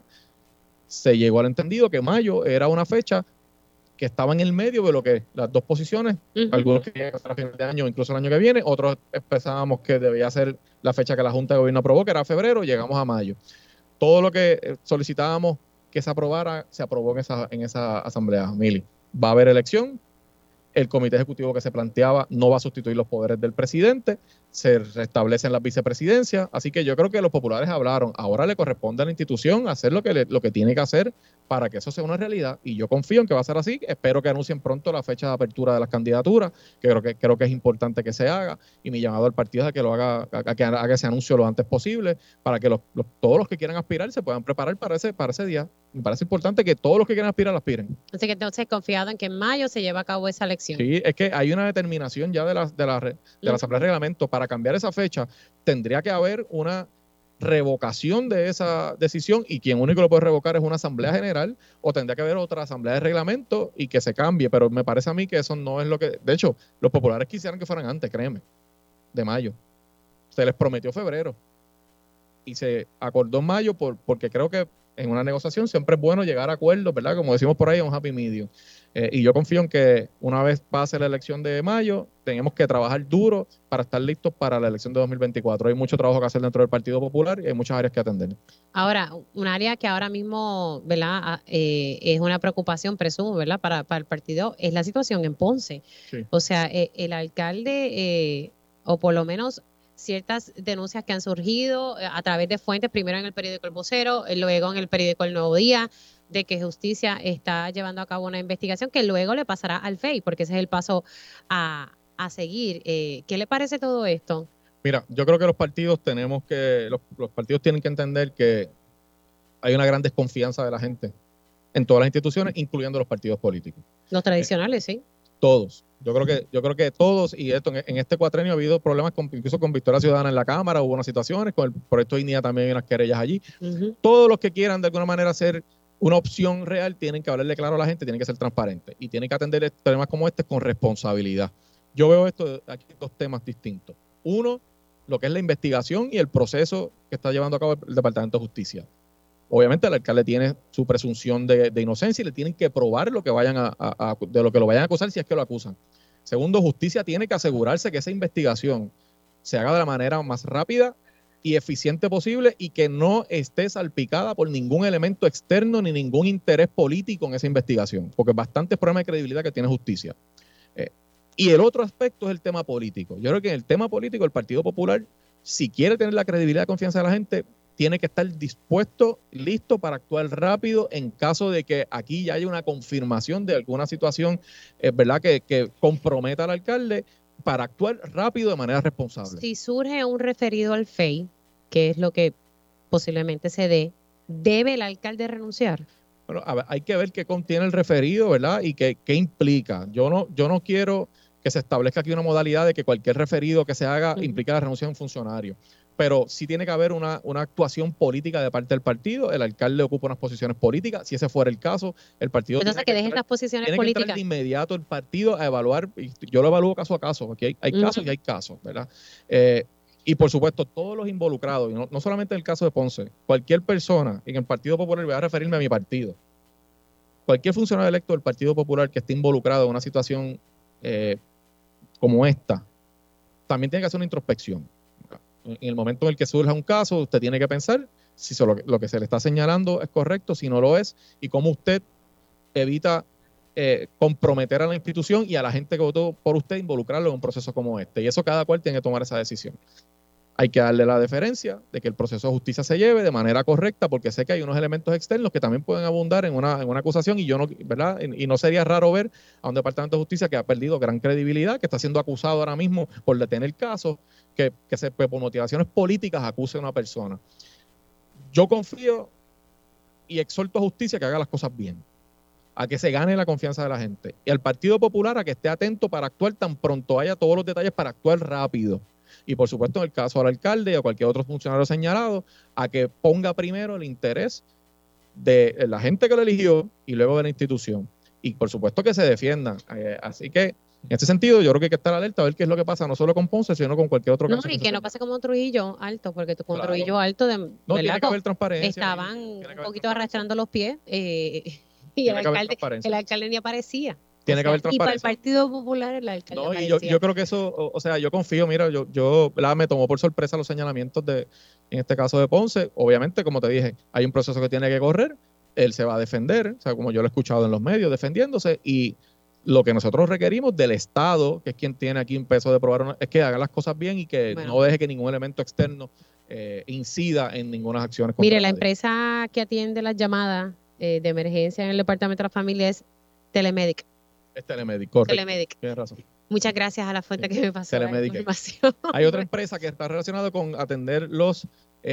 se llegó al entendido que mayo era una fecha que estaba en el medio de lo que las 2 posiciones, algunos querían que fuera a final de año, incluso el año que viene, otros pensábamos que debía ser la fecha que la Junta de Gobierno aprobó, que era febrero, llegamos a mayo. Todo lo que solicitábamos que se aprobara, se aprobó en esa asamblea, Mili. Va a haber elección, el comité ejecutivo que se planteaba no va a sustituir los poderes del presidente, se restablecen las vicepresidencias, así que yo creo que los populares hablaron, ahora le corresponde a la institución hacer lo que tiene que hacer para que eso sea una realidad, y yo confío en que va a ser así. Espero que anuncien pronto la fecha de apertura de las candidaturas, que creo que es importante que se haga, y mi llamado al partido es a que lo haga, a que haga ese anuncio lo antes posible, para que todos los que quieran aspirar se puedan preparar para ese día. Me parece importante que todos los que quieran aspirar aspiren.
Así que entonces confiado en que en mayo se lleva a cabo esa elección.
Sí, es que hay una determinación ya de la Asamblea de Reglamento. Para cambiar esa fecha tendría que haber una revocación de esa decisión, y quien único lo puede revocar es una Asamblea General, o tendría que haber otra Asamblea de Reglamento y que se cambie, pero me parece a mí que eso no es lo que... De hecho, los populares quisieran que fueran antes, créeme, de mayo. Se les prometió febrero y se acordó en mayo porque creo que en una negociación siempre es bueno llegar a acuerdos, ¿verdad? Como decimos por ahí, un happy medium. Y yo confío en que una vez pase la elección de mayo, tenemos que trabajar duro para estar listos para la elección de 2024. Hay mucho trabajo que hacer dentro del Partido Popular y hay muchas áreas que atender.
Ahora, un área que ahora mismo, ¿verdad? Es una preocupación, presumo, ¿verdad? Para el partido, es la situación en Ponce.
Sí.
O sea, el alcalde, o por lo menos ciertas denuncias que han surgido a través de fuentes, primero en el periódico El Vocero, luego en el periódico El Nuevo Día, de que Justicia está llevando a cabo una investigación que luego le pasará al FEI, porque ese es el paso a seguir. ¿Qué le parece todo esto?
Mira, yo creo que los partidos los partidos tienen que entender que hay una gran desconfianza de la gente en todas las instituciones, incluyendo los partidos políticos.
Los tradicionales, sí.
Todos. Yo creo que todos, y esto en este cuatrenio ha habido problemas incluso con Victoria Ciudadana en la Cámara, hubo unas situaciones, con el proyecto INIA también hay unas querellas allí. Todos los que quieran de alguna manera hacer una opción real tienen que hablarle claro a la gente, tienen que ser transparentes y tienen que atender temas como este con responsabilidad. Yo veo aquí 2 temas distintos. Uno, lo que es la investigación y el proceso que está llevando a cabo el Departamento de Justicia. obviamente el alcalde tiene su presunción de inocencia y le tienen que probar lo que vayan de lo que lo vayan a acusar si es que lo acusan. Segundo, justicia tiene que asegurarse que esa investigación se haga de la manera más rápida y eficiente posible y que no esté salpicada por ningún elemento externo ni ningún interés político en esa investigación, porque bastantes problemas de credibilidad que tiene justicia. Y el otro aspecto es el tema político. Yo creo que en el tema político el Partido Popular, si quiere tener la credibilidad y confianza de la gente, tiene que estar dispuesto, listo para actuar rápido en caso de que aquí ya haya una confirmación de alguna situación, ¿verdad?, que comprometa al alcalde, para actuar rápido de manera responsable.
Si surge un referido al FEI, que es lo que posiblemente se dé, ¿debe el alcalde renunciar?
Bueno, a ver, hay que ver qué contiene el referido, ¿verdad? Y qué implica. Yo no quiero que se establezca aquí una modalidad de que cualquier referido que se haga implica la renuncia de un funcionario. Pero sí tiene que haber una actuación política de parte del partido. El alcalde ocupa unas posiciones políticas. Si ese fuera el caso, el partido
Entonces, que deje esas posiciones
tiene
políticas.
que entrar de inmediato el partido a evaluar. Y yo lo evalúo caso a caso. Aquí hay casos y hay casos, ¿verdad? Y por supuesto, todos los involucrados, y no solamente en el caso de Ponce, cualquier persona en el Partido Popular, voy a referirme a mi partido, cualquier funcionario electo del Partido Popular que esté involucrado en una situación como esta, también tiene que hacer una introspección. En el momento en el que surja un caso, usted tiene que pensar si lo que se le está señalando es correcto, si no lo es, y cómo usted evita comprometer a la institución y a la gente que votó por usted, involucrarlo en un proceso como este. Y eso cada cual tiene que tomar esa decisión. Hay que darle la deferencia de que el proceso de justicia se lleve de manera correcta, porque sé que hay unos elementos externos que también pueden abundar en una acusación, y yo no, ¿verdad? Y no sería raro ver a un Departamento de Justicia que ha perdido gran credibilidad, que está siendo acusado ahora mismo por detener casos, que por motivaciones políticas acuse a una persona. Yo confío y exhorto a justicia que haga las cosas bien, a que se gane la confianza de la gente, y al Partido Popular a que esté atento para actuar tan pronto haya todos los detalles para actuar rápido. Y por supuesto, en el caso del alcalde y a cualquier otro funcionario señalado, a que ponga primero el interés de la gente que lo eligió y luego de la institución. Y por supuesto que se defiendan. Así que, en ese sentido, yo creo que hay que estar alerta a ver qué es lo que pasa, no solo con Ponce, sino con cualquier otro caso.
No, y que no pase como Trujillo Alto, porque con
Claro.
Trujillo Alto,
No, tiene que haber transparencia.
estaban
Tiene que
un
haber
poquito arrastrando los pies y
Tiene que haber transparencia.
el alcalde ni aparecía.
Tiene que haber transparencia.
Y para el Partido Popular el alcalde
No, y
aparecía.
yo creo que eso, o sea, yo confío, mira, yo ¿verdad? Me tomó por sorpresa los señalamientos en este caso de Ponce. Obviamente, como te dije, hay un proceso que tiene que correr, él se va a defender, o sea, como yo lo he escuchado en los medios, defendiéndose, y lo que nosotros requerimos del Estado, que es quien tiene aquí un peso de probar, es que haga las cosas bien y que no deje que ningún elemento externo incida en ninguna acciones.
Mire, la empresa que atiende las llamadas de emergencia en el Departamento de la Familia es Telemedic.
Es Telemedic, correcto.
Telemedic.
Tienes razón.
Muchas gracias a la fuente que me pasó la
Telemedic.
información.
Hay otra empresa que está relacionada con atender los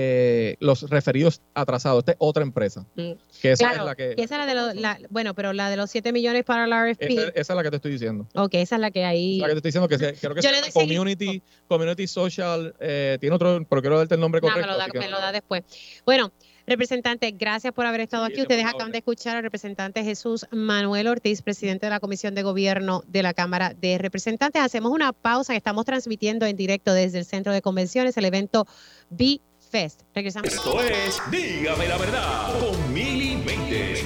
referidos atrasados. Esta es otra empresa. Que esa es la que.
Esa es la de bueno, pero la de los 7 millones para la RFP.
Esa es la que te estoy diciendo.
Ok, esa es la que hay.
La que te estoy diciendo, que creo que
Yo
se
le
llama
doy
Community Social, tiene otro, pero quiero darte el nombre correcto.
Me lo da después. Bueno, representante, gracias por haber estado aquí. Ustedes
favor.
acaban de escuchar al representante Jesús Manuel Ortiz, presidente de la Comisión de Gobierno de la Cámara de Representantes. Hacemos una pausa que estamos transmitiendo en directo desde el Centro de Convenciones, el evento B-Fest. Regresamos.
Esto es Dígame la Verdad con Mili Méndez.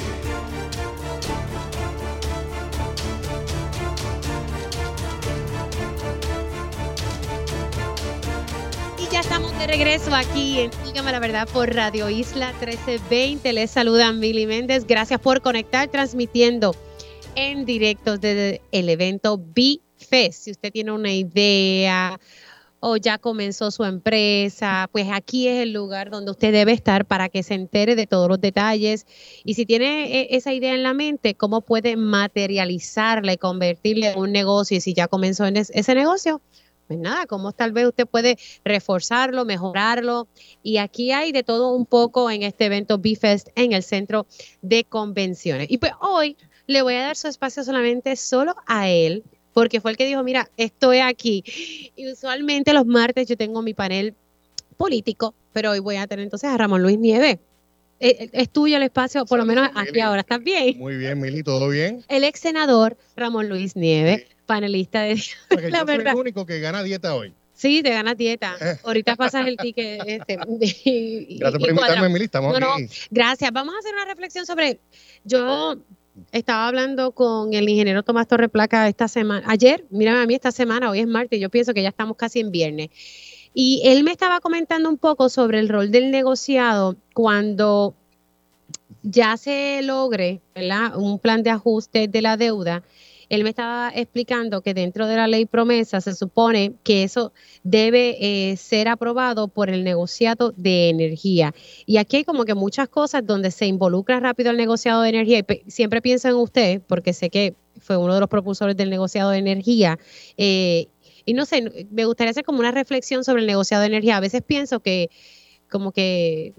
Y ya estamos de regreso aquí en Dígame la Verdad por Radio Isla 1320. Les saluda Mili Méndez. Gracias por conectar, transmitiendo en directo desde el evento B-Fest. Si usted tiene una idea o ya comenzó su empresa, pues aquí es el lugar donde usted debe estar para que se entere de todos los detalles. Y si tiene esa idea en la mente, cómo puede materializarla y convertirla en un negocio. Y si ya comenzó en ese negocio, pues nada, cómo tal vez usted puede reforzarlo, mejorarlo. Y aquí hay de todo un poco en este evento B-Fest en el Centro de Convenciones. Y pues hoy le voy a dar su espacio solo a él, porque fue el que dijo, mira, estoy aquí. Y usualmente los martes yo tengo mi panel político, pero hoy voy a tener entonces a Ramón Luis Nieves. Es tuyo el espacio, por lo menos aquí ahora. ¿Estás bien?
Muy bien, Mili, ¿todo bien?
El ex senador Ramón Luis Nieves, panelista de
Porque
La
yo soy
Verdad.
el único que gana dieta hoy.
Sí, te ganas dieta. Ahorita pasas el ticket.
Gracias por invitarme, Emily. Estamos aquí.
Gracias. Vamos a hacer una reflexión sobre... Yo estaba hablando con el ingeniero Tomás Torreplaca esta semana. Ayer, mírame a mí, esta semana, hoy es martes, yo pienso que ya estamos casi en viernes. Y él me estaba comentando un poco sobre el rol del negociado cuando ya se logre, ¿verdad?, un plan de ajuste de la deuda. Él me estaba explicando que dentro de la ley promesa se supone que eso debe ser aprobado por el negociado de energía. Y aquí hay como que muchas cosas donde se involucra rápido el negociado de energía. Y siempre pienso en usted, porque sé que fue uno de los propulsores del negociado de energía. Y no sé, me gustaría hacer como una reflexión sobre el negociado de energía. A veces pienso que como que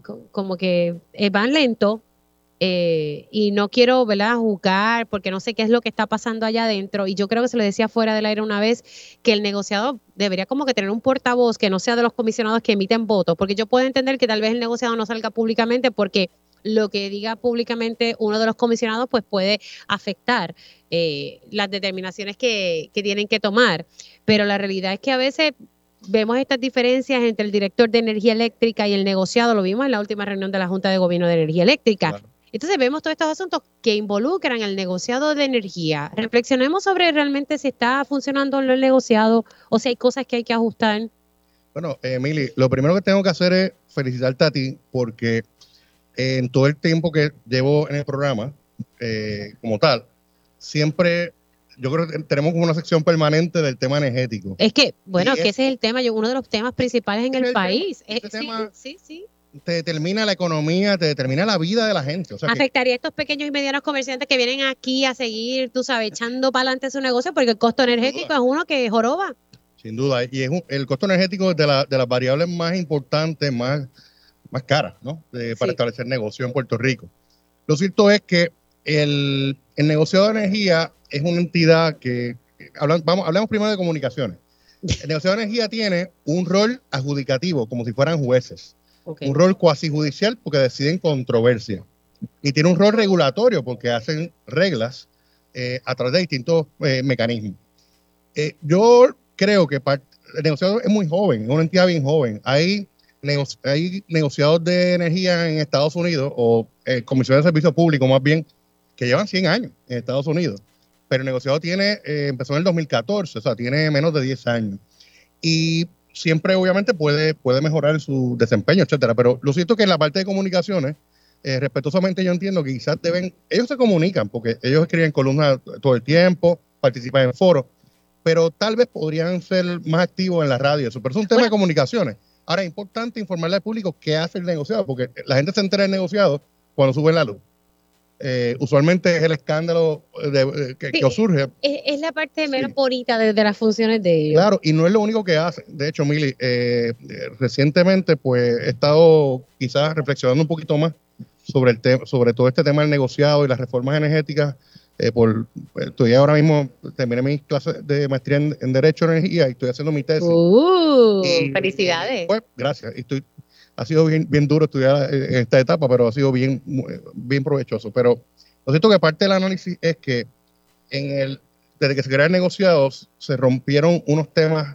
van lento. Y no quiero, ¿verdad?, juzgar porque no sé qué es lo que está pasando allá adentro. Y yo creo que se lo decía fuera del aire una vez, que el negociado debería como que tener un portavoz que no sea de los comisionados que emiten votos, porque yo puedo entender que tal vez el negociado no salga públicamente porque lo que diga públicamente uno de los comisionados pues puede afectar las determinaciones que tienen que tomar. Pero la realidad es que a veces vemos estas diferencias entre el director de energía eléctrica y el negociado. Lo vimos en la última reunión de la Junta de Gobierno de Energía Eléctrica. Claro. Entonces vemos todos estos asuntos que involucran al negociado de energía. Reflexionemos sobre realmente si está funcionando el negociado o si hay cosas que hay que ajustar.
Bueno, Emily, lo primero que tengo que hacer es felicitarte a ti porque en todo el tiempo que llevo en el programa, como tal, siempre yo creo que tenemos como una sección permanente del tema energético.
Es que, bueno, que ese es el tema, uno de los temas principales en el país.
Sí. Te determina la economía, te determina la vida de la gente. O sea,
afectaría a estos pequeños y medianos comerciantes que vienen aquí a seguir, tú sabes, echando para adelante su negocio, porque el costo energético es uno que joroba.
Sin duda, y es el costo energético es de las variables más importantes, más caras, ¿no? Para establecer negocio en Puerto Rico. Lo cierto es que el negociado de energía es una entidad que, hablemos primero de comunicaciones. El negociado de energía tiene un rol adjudicativo, como si fueran jueces. Okay. Un rol cuasi judicial porque deciden controversia. Y tiene un rol regulatorio porque hacen reglas a través de distintos mecanismos. Yo creo que el negociado es muy joven, es una entidad bien joven. Hay negociados de energía en Estados Unidos o comisiones de servicio público más bien que llevan 100 años en Estados Unidos. Pero el negociado empezó en el 2014, o sea, tiene menos de 10 años. Y siempre, obviamente, puede mejorar su desempeño, etcétera. Pero lo cierto es que en la parte de comunicaciones, respetuosamente yo entiendo que quizás ellos se comunican, porque ellos escriben columnas todo el tiempo, participan en foros, pero tal vez podrían ser más activos en la radio. Eso, pero es un tema de comunicaciones. Ahora, es importante informarle al público qué hace el negociado, porque la gente se entera del negociado cuando sube la luz. Usualmente es el escándalo que surge.
Es la parte menos bonita de las funciones de ellos.
Claro, y no es lo único que hacen. De hecho, Mili, recientemente pues he estado quizás reflexionando un poquito más sobre todo este tema del negociado y las reformas energéticas. Estoy ahora mismo, terminé mis clases de maestría en Derecho de Energía y estoy haciendo mi tesis.
¡Felicidades!
Pues, gracias. Ha sido bien duro estudiar en esta etapa, pero ha sido bien provechoso. Pero lo cierto que parte del análisis es que desde que se crearon negociados se rompieron unos temas,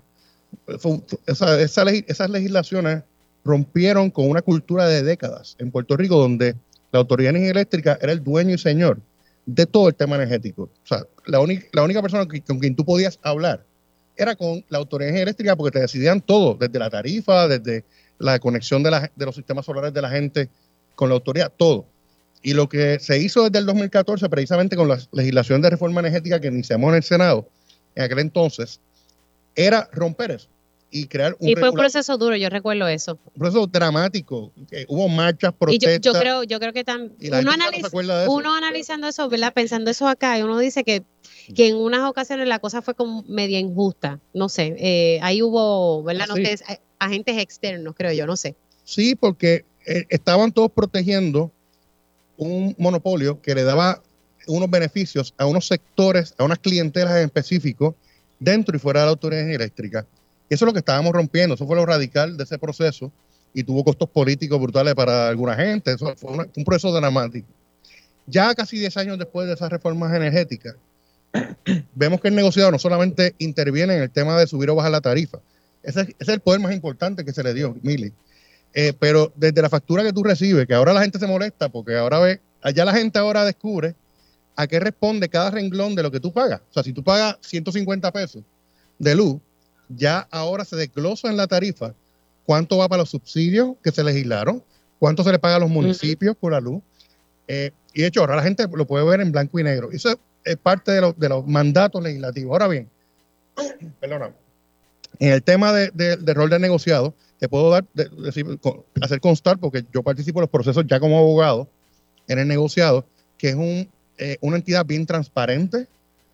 esas legislaciones rompieron con una cultura de décadas en Puerto Rico donde la Autoridad de Energía Eléctrica era el dueño y señor de todo el tema energético. O sea, la única persona con quien tú podías hablar era con la Autoridad de Energía Eléctrica porque te decidían todo, desde la tarifa, desde la conexión de los sistemas solares de la gente con la autoridad, todo. Y lo que se hizo desde el 2014, precisamente con la legislación de reforma energética que iniciamos en el Senado, en aquel entonces, era romper eso y crear
un... Y fue un proceso duro, yo recuerdo eso.
Un proceso dramático, hubo marchas, protestas.
Y yo creo que uno analizando eso, ¿verdad? Pensando eso acá, y uno dice que en unas ocasiones la cosa fue como media injusta, no sé, ahí hubo, ¿verdad? No sé, agentes externos, creo yo, no sé.
Sí, porque estaban todos protegiendo un monopolio que le daba unos beneficios a unos sectores, a unas clientelas en específico, dentro y fuera de la Autoridad de Energía Eléctrica. Y eso es lo que estábamos rompiendo, eso fue lo radical de ese proceso y tuvo costos políticos brutales para alguna gente, eso fue un proceso dramático. Ya casi 10 años después de esas reformas energéticas, vemos que el negociado no solamente interviene en el tema de subir o bajar la tarifa, Ese es el poder más importante que se le dio, Mili. Pero desde la factura que tú recibes, que ahora la gente se molesta porque ahora allá la gente ahora descubre a qué responde cada renglón de lo que tú pagas. O sea, si tú pagas 150 pesos de luz, ya ahora se desglosa en la tarifa cuánto va para los subsidios que se legislaron, cuánto se le paga a los municipios por la luz. Y de hecho, ahora la gente lo puede ver en blanco y negro. Eso es parte de los mandatos legislativos. Ahora bien, perdóname, en el tema del rol del negociado, te puedo hacer constar, porque yo participo en los procesos ya como abogado en el negociado, que es una entidad bien transparente,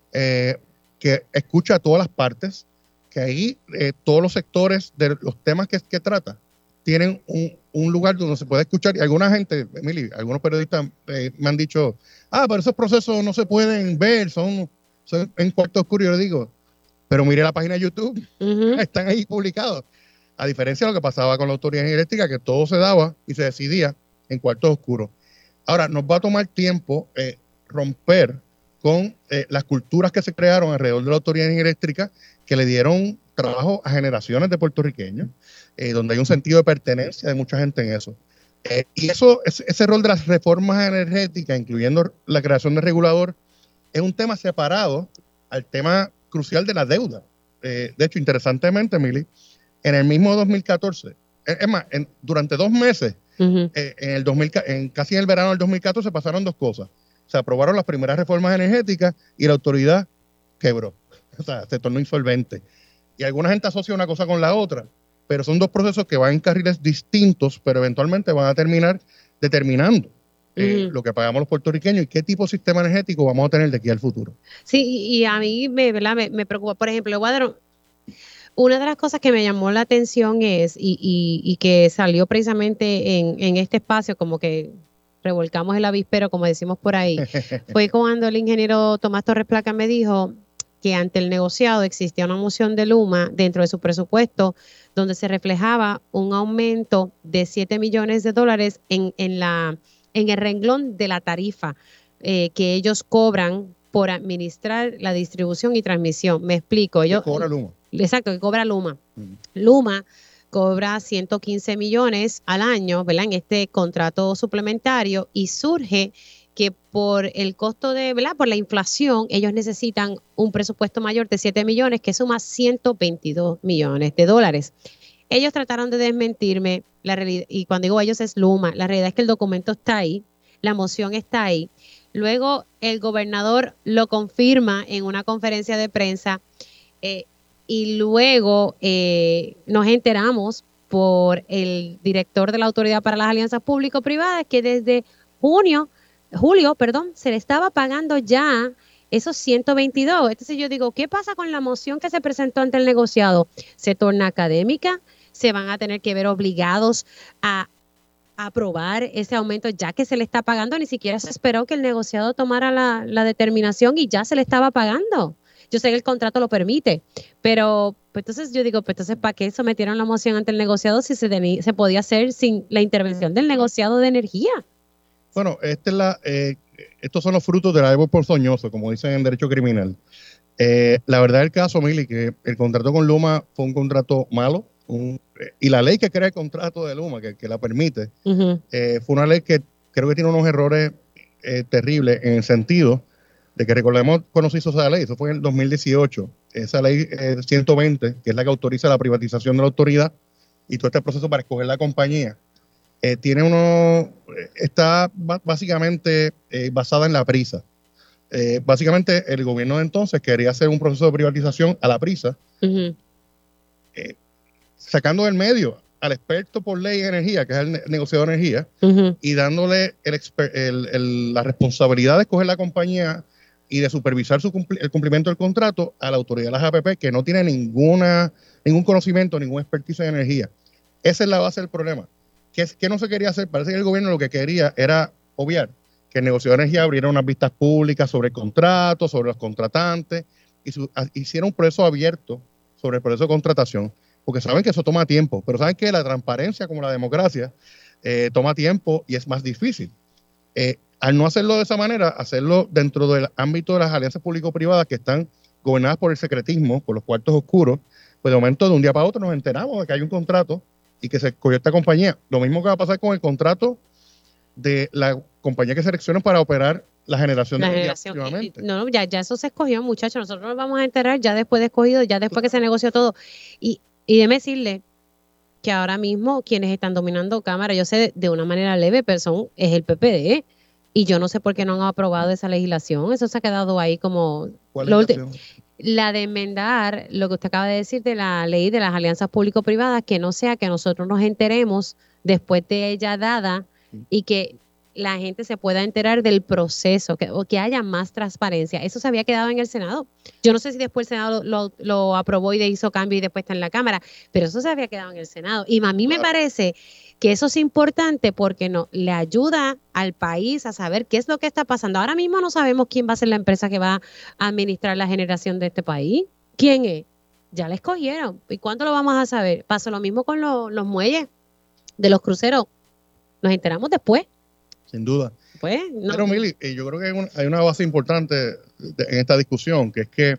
que escucha a todas las partes, que ahí todos los sectores de los temas que trata tienen un lugar donde se puede escuchar. Y alguna gente, Emily, algunos periodistas me han dicho, pero esos procesos no se pueden ver, son en cuarto oscuro. Yo le digo, pero mire la página de YouTube, están ahí publicados. A diferencia de lo que pasaba con la Autoridad Eléctrica, que todo se daba y se decidía en cuartos oscuros. Ahora, nos va a tomar tiempo romper con las culturas que se crearon alrededor de la Autoridad Eléctrica, que le dieron trabajo a generaciones de puertorriqueños, donde hay un sentido de pertenencia de mucha gente en eso. Y ese rol de las reformas energéticas, incluyendo la creación de regulador, es un tema separado al tema crucial de la deuda. De hecho, interesantemente, Emily, en el mismo 2014, es más, durante 2 meses, casi en el verano del 2014 pasaron 2 cosas. Se aprobaron las primeras reformas energéticas y la autoridad quebró. O sea, se tornó insolvente. Y alguna gente asocia una cosa con la otra, pero son 2 procesos que van en carriles distintos, pero eventualmente van a terminar determinando lo que pagamos los puertorriqueños y qué tipo de sistema energético vamos a tener de aquí al futuro.
Sí, y a mí me preocupa. Por ejemplo, una de las cosas que me llamó la atención es, y que salió precisamente en este espacio, como que revolcamos el avispero, como decimos por ahí, fue cuando el ingeniero Tomás Torres Placa me dijo que ante el negociado existía una moción de Luma dentro de su presupuesto donde se reflejaba un aumento de $7 millones en el renglón de la tarifa que ellos cobran por administrar la distribución y transmisión. Me explico.
¿Qué cobra Luma?
Exacto, que cobra Luma. Luma cobra 115 millones al año, ¿verdad? En este contrato suplementario, y surge que por el costo por la inflación, ellos necesitan un presupuesto mayor de 7 millones que suma $122 millones. Ellos trataron de desmentirme, la realidad, y cuando digo ellos es Luma, la realidad es que el documento está ahí, la moción está ahí. Luego el gobernador lo confirma en una conferencia de prensa, y luego nos enteramos por el director de la Autoridad para las Alianzas Público-Privadas que desde julio, se le estaba pagando ya esos 122. Entonces yo digo, ¿qué pasa con la moción que se presentó ante el negociado? ¿Se torna académica? ¿Se van a tener que ver obligados a aprobar ese aumento ya que se le está pagando? Ni siquiera se esperó que el negociado tomara la determinación y ya se le estaba pagando. Yo sé que el contrato lo permite, pero pues entonces yo digo, pues entonces ¿para qué sometieron la moción ante el negociado si se podía hacer sin la intervención del negociado de energía?
Bueno, estos son los frutos del árbol ponzoñoso, como dicen en derecho criminal. La verdad del caso, Mili, que el contrato con Luma fue un contrato malo, y la ley que crea el contrato de Luma, que la permite, fue una ley que creo que tiene unos errores terribles en el sentido de que, recordemos cuando se hizo esa ley, eso fue en el 2018, esa ley 120, que es la que autoriza la privatización de la autoridad y todo este proceso para escoger la compañía, está básicamente basada en la prisa. Básicamente el gobierno de entonces quería hacer un proceso de privatización a la prisa, sacando del medio al experto por ley en energía, que es el negociador de energía, y dándole la responsabilidad de escoger la compañía y de supervisar el cumplimiento del contrato a la autoridad de las APP, que no tiene ningún conocimiento, ningún expertise en energía. Esa es la base del problema. ¿Qué no se quería hacer? Parece que el gobierno lo que quería era obviar que el negociador de energía abriera unas vistas públicas sobre el contrato, sobre los contratantes, y hiciera un proceso abierto sobre el proceso de contratación, porque saben que eso toma tiempo, pero saben que la transparencia, como la democracia, toma tiempo y es más difícil. Al no hacerlo de esa manera, hacerlo dentro del ámbito de las alianzas público-privadas que están gobernadas por el secretismo, por los cuartos oscuros, pues de momento de un día para otro nos enteramos de que hay un contrato y que se escogió esta compañía. Lo mismo que va a pasar con el contrato de la compañía que seleccionan para operar la generación de energía próximamente.
No, ya eso se escogió, muchachos. Nosotros nos vamos a enterar ya después de escogido, ya después que se negoció todo. Y déjeme decirle que ahora mismo quienes están dominando Cámara, yo sé de una manera leve, pero es el PPD. Y yo no sé por qué no han aprobado esa legislación. Eso se ha quedado ahí como...
¿Cuál legislación?
La de enmendar lo que usted acaba de decir de la ley de las alianzas público-privadas, que no sea que nosotros nos enteremos después de ella dada y que la gente se pueda enterar del proceso, o que haya más transparencia. Eso se había quedado en el Senado. Yo no sé si después el Senado lo aprobó y le hizo cambio y después está en la Cámara, pero eso se había quedado en el Senado. Y a mí me parece que eso es importante porque le ayuda al país a saber qué es lo que está pasando. Ahora mismo no sabemos quién va a ser la empresa que va a administrar la generación de este país. ¿Quién es? Ya la escogieron. ¿Y cuándo lo vamos a saber? Pasa lo mismo con los muelles de los cruceros. Nos enteramos después.
Sin duda.
Pues, no.
Pero, Mili, yo creo que hay una base importante en esta discusión, que es que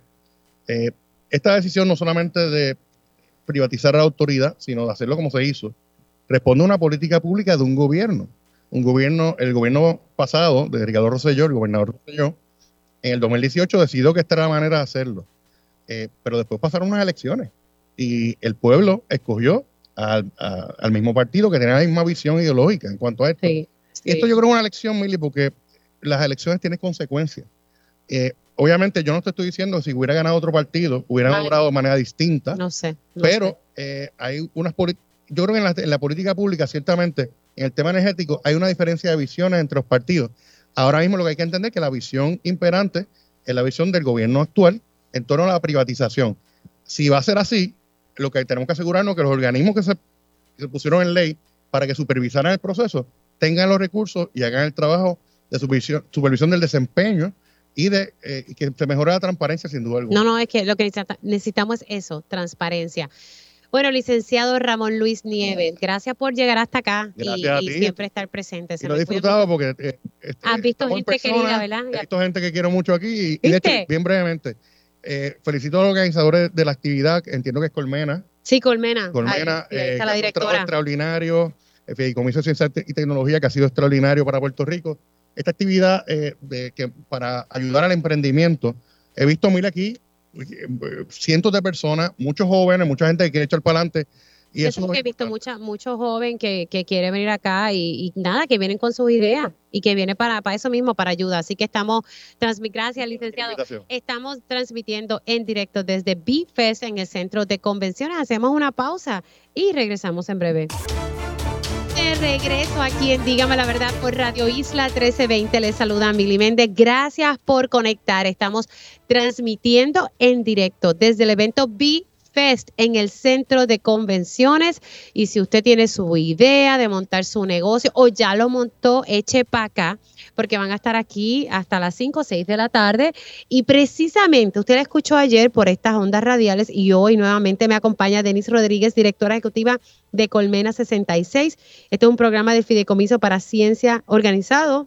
esta decisión no solamente de privatizar la autoridad, sino de hacerlo como se hizo, responde a una política pública de un gobierno. El gobierno pasado, de Ricardo Rosselló, el gobernador Rosselló, en el 2018 decidió que esta era la manera de hacerlo. Pero después pasaron unas elecciones y el pueblo escogió al mismo partido que tenía la misma visión ideológica en cuanto a esto.
Sí.
Y esto yo creo que es una elección, Mili, porque las elecciones tienen consecuencias. Obviamente yo no te estoy diciendo que si hubiera ganado otro partido, hubieran logrado de manera distinta.
No sé.
Pero hay yo creo que en la política pública, ciertamente, en el tema energético, hay una diferencia de visiones entre los partidos. Ahora mismo lo que hay que entender es que la visión imperante es la visión del gobierno actual en torno a la privatización. Si va a ser así, lo que tenemos que asegurarnos es que los organismos que se pusieron en ley para que supervisaran el proceso tengan los recursos y hagan el trabajo de supervisión del desempeño y que se mejore la transparencia, sin duda alguna.
No, es que lo que necesitamos es eso, transparencia. Bueno, licenciado Ramón Luis Nieves, gracias por llegar hasta acá y siempre estar presente.
Y lo he disfrutado porque
has visto gente querida, ¿verdad?
He visto gente que quiero mucho aquí y de hecho, bien brevemente, felicito a los organizadores de la actividad, entiendo que es Colmena.
Sí, Colmena.
Ahí
está la directora.
Un extraordinario, el Fideicomiso de Ciencia y Tecnología, que ha sido extraordinario para Puerto Rico. Esta actividad que para ayudar al emprendimiento, he visto, mira aquí, cientos de personas, muchos jóvenes, mucha gente que quiere echar para adelante. Y
eso es lo que he visto, muchos jóvenes que quieren venir acá y nada, que vienen con sus ideas y que vienen para eso mismo, para ayudar. Así que gracias, licenciado. Estamos transmitiendo en directo desde B-Fest en el Centro de Convenciones. Hacemos una pausa y regresamos en breve. De regreso aquí en Dígame la Verdad por Radio Isla 1320. Les saluda Mili Méndez. Gracias por conectar. Estamos transmitiendo en directo desde el evento B-Fest en el Centro de Convenciones. Y si usted tiene su idea de montar su negocio o ya lo montó, eche para acá, porque van a estar aquí hasta las 5 o 6 de la tarde. Y precisamente, usted la escuchó ayer por estas ondas radiales y hoy nuevamente me acompaña Denise Rodríguez, directora ejecutiva de Colmena 66. Este es un programa de fideicomiso para ciencia organizador,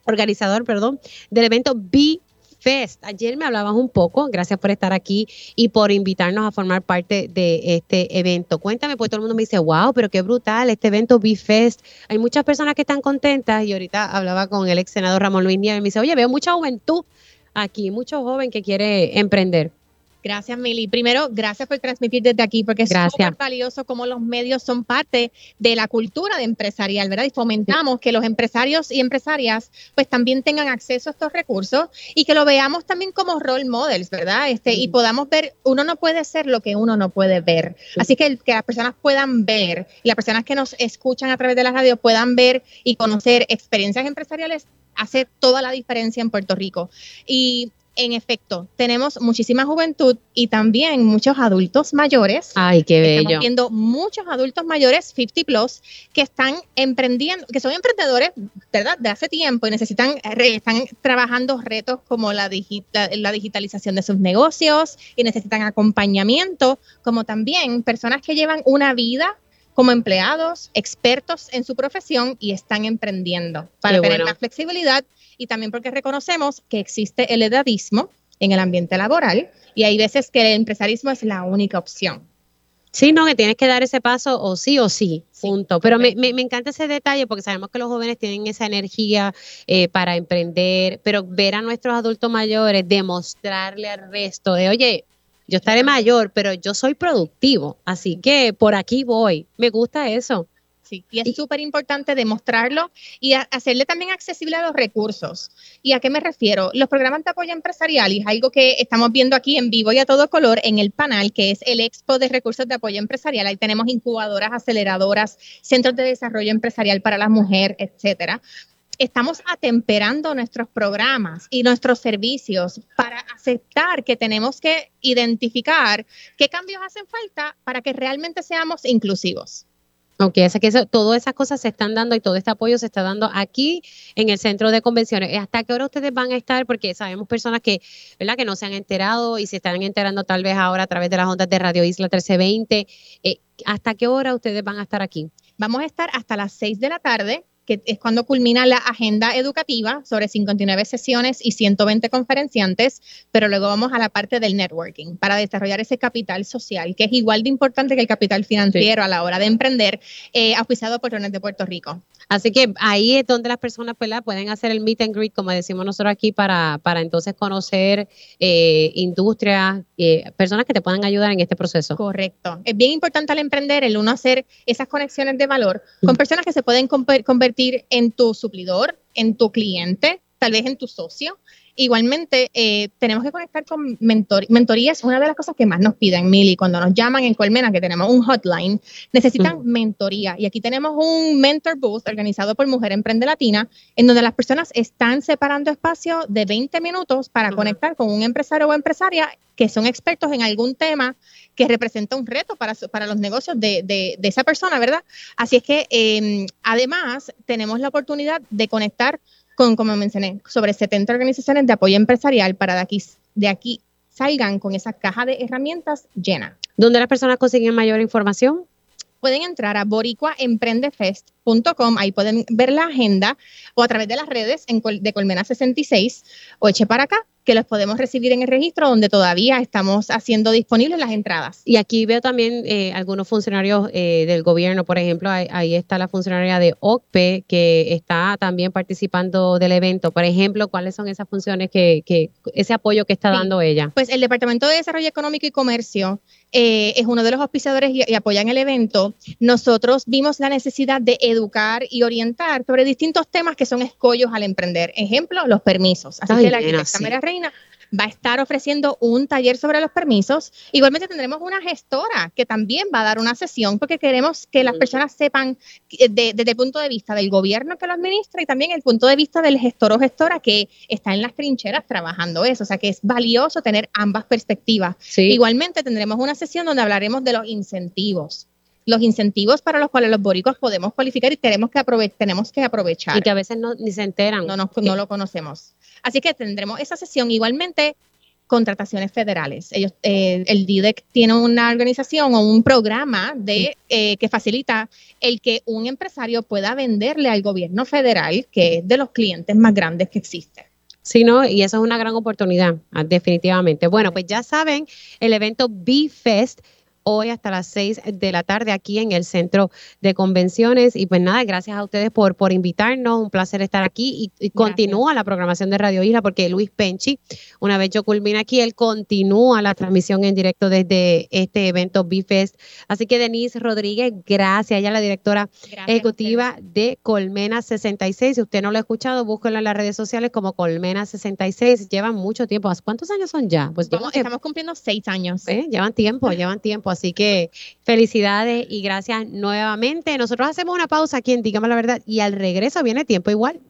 del evento B-Fest. Ayer me hablabas un poco, gracias por estar aquí y por invitarnos a formar parte de este evento. Cuéntame, pues todo el mundo me dice, wow, pero qué brutal este evento B-Fest. Hay muchas personas que están contentas y ahorita hablaba con el ex senador Ramón Luis Nieves y me dice, oye, veo mucha juventud aquí, mucho joven que quiere emprender.
Gracias, Mili. Primero, gracias por transmitir desde aquí, porque es súper valioso cómo los medios son parte de la cultura de empresarial, ¿verdad? Y fomentamos que los empresarios y empresarias pues también tengan acceso a estos recursos y que lo veamos también como role models, ¿verdad? Y podamos ver, uno no puede ser lo que uno no puede ver. Así que las personas puedan ver y las personas que nos escuchan a través de la radio puedan ver y conocer experiencias empresariales hace toda la diferencia en Puerto Rico. Y en efecto, tenemos muchísima juventud y también muchos adultos mayores.
¡Ay, qué bello!
Estamos viendo muchos adultos mayores, 50 plus, que están emprendiendo, que son emprendedores, ¿verdad?, de hace tiempo y están trabajando retos como la digitalización de sus negocios y necesitan acompañamiento, como también personas que llevan una vida como empleados, expertos en su profesión y están emprendiendo para tener la flexibilidad y también porque reconocemos que existe el edadismo en el ambiente laboral y hay veces que el empresarismo es la única opción.
Sí, no, que tienes que dar ese paso o sí, punto. Pero me encanta ese detalle porque sabemos que los jóvenes tienen esa energía para emprender, pero ver a nuestros adultos mayores, demostrarle al resto de, oye, yo estaré mayor, pero yo soy productivo, así que por aquí voy. Me gusta eso.
Sí, y es súper importante demostrarlo y hacerle también accesible a los recursos. ¿Y a qué me refiero? Los programas de apoyo empresarial, y es algo que estamos viendo aquí en vivo y a todo color en el panel, que es el Expo de Recursos de Apoyo Empresarial. Ahí tenemos incubadoras, aceleradoras, centros de desarrollo empresarial para la mujer, etcétera. Estamos atemperando nuestros programas y nuestros servicios para aceptar que tenemos que identificar qué cambios hacen falta para que realmente seamos inclusivos.
Ok, así que todas esas cosas se están dando y todo este apoyo se está dando aquí en el centro de convenciones. ¿Hasta qué hora ustedes van a estar? Porque sabemos personas que, ¿verdad?, que no se han enterado y se están enterando tal vez ahora a través de las ondas de Radio Isla 1320. ¿Hasta qué hora ustedes van a estar aquí?
Vamos a estar hasta las 6 de la tarde, que es cuando culmina la agenda educativa sobre 59 sesiones y 120 conferenciantes, pero luego vamos a la parte del networking para desarrollar ese capital social, que es igual de importante que el capital financiero a la hora de emprender, auspiciado por Renes de Puerto Rico.
Así que ahí es donde las personas, ¿verdad?, pueden hacer el meet and greet, como decimos nosotros aquí, para entonces conocer industrias, personas que te puedan ayudar en este proceso.
Correcto. Es bien importante al emprender el uno hacer esas conexiones de valor con personas que se pueden convertir en tu suplidor, en tu cliente, tal vez en tu socio. Igualmente, tenemos que conectar con mentoría. Es una de las cosas que más nos piden, Mili, cuando nos llaman en Colmena, que tenemos un hotline, necesitan mentoría. Y aquí tenemos un mentor booth organizado por Mujer Emprende Latina, en donde las personas están separando espacio de 20 minutos para conectar con un empresario o empresaria que son expertos en algún tema que representa un reto para los negocios de esa persona, ¿verdad? Así es que, además, tenemos la oportunidad de conectar con, como mencioné, sobre 70 organizaciones de apoyo empresarial para de aquí salgan con esa caja de herramientas llena.
¿Dónde las personas consiguen mayor información?
Pueden entrar a boricuaemprendefest.com, ahí pueden ver la agenda, o a través de las redes de Colmena 66 o Eche para acá, que los podemos recibir en el registro, donde todavía estamos haciendo disponibles las entradas.
Y aquí veo también algunos funcionarios del gobierno, por ejemplo, ahí está la funcionaria de OCPE, que está también participando del evento. Por ejemplo, ¿cuáles son esas funciones ese apoyo que está dando ella?
Pues el Departamento de Desarrollo Económico y Comercio es uno de los auspiciadores y apoyan el evento. Nosotros vimos la necesidad de educar y orientar sobre distintos temas que son escollos al emprender. Ejemplo, los permisos. Así que la arquitecta María Reina va a estar ofreciendo un taller sobre los permisos. Igualmente tendremos una gestora que también va a dar una sesión, porque queremos que las personas sepan desde el punto de vista del gobierno que lo administra y también el punto de vista del gestor o gestora que está en las trincheras trabajando eso. O sea que es valioso tener ambas perspectivas. Sí. Igualmente tendremos una sesión donde hablaremos de los incentivos para los cuales los boricuas podemos cualificar y tenemos que aprovechar.
Y que a veces ni se enteran.
No lo conocemos. Así que tendremos esa sesión. Igualmente, contrataciones federales. El DIDEC tiene una organización o un programa que facilita el que un empresario pueda venderle al gobierno federal, que es de los clientes más grandes que existen.
Sí, ¿no? Y eso es una gran oportunidad, definitivamente. Bueno, pues ya saben, el evento B-Fest hoy hasta las 6 de la tarde aquí en el Centro de Convenciones. Y pues nada, gracias a ustedes por invitarnos. Un placer estar aquí y continúa la programación de Radio Isla porque Luis Penchi, una vez yo culmine aquí, él continúa la transmisión en directo desde este evento B-Fest. Así que Denise Rodríguez, gracias. Ella es la directora ejecutiva de Colmena 66. Si usted no lo ha escuchado, búsquelo en las redes sociales como Colmena 66. Llevan mucho tiempo. ¿Cuántos años son ya? Pues
estamos cumpliendo 6 años.
Llevan tiempo. Así que felicidades y gracias nuevamente. Nosotros hacemos una pausa aquí en Dígame la Verdad y al regreso viene Tiempo Igual.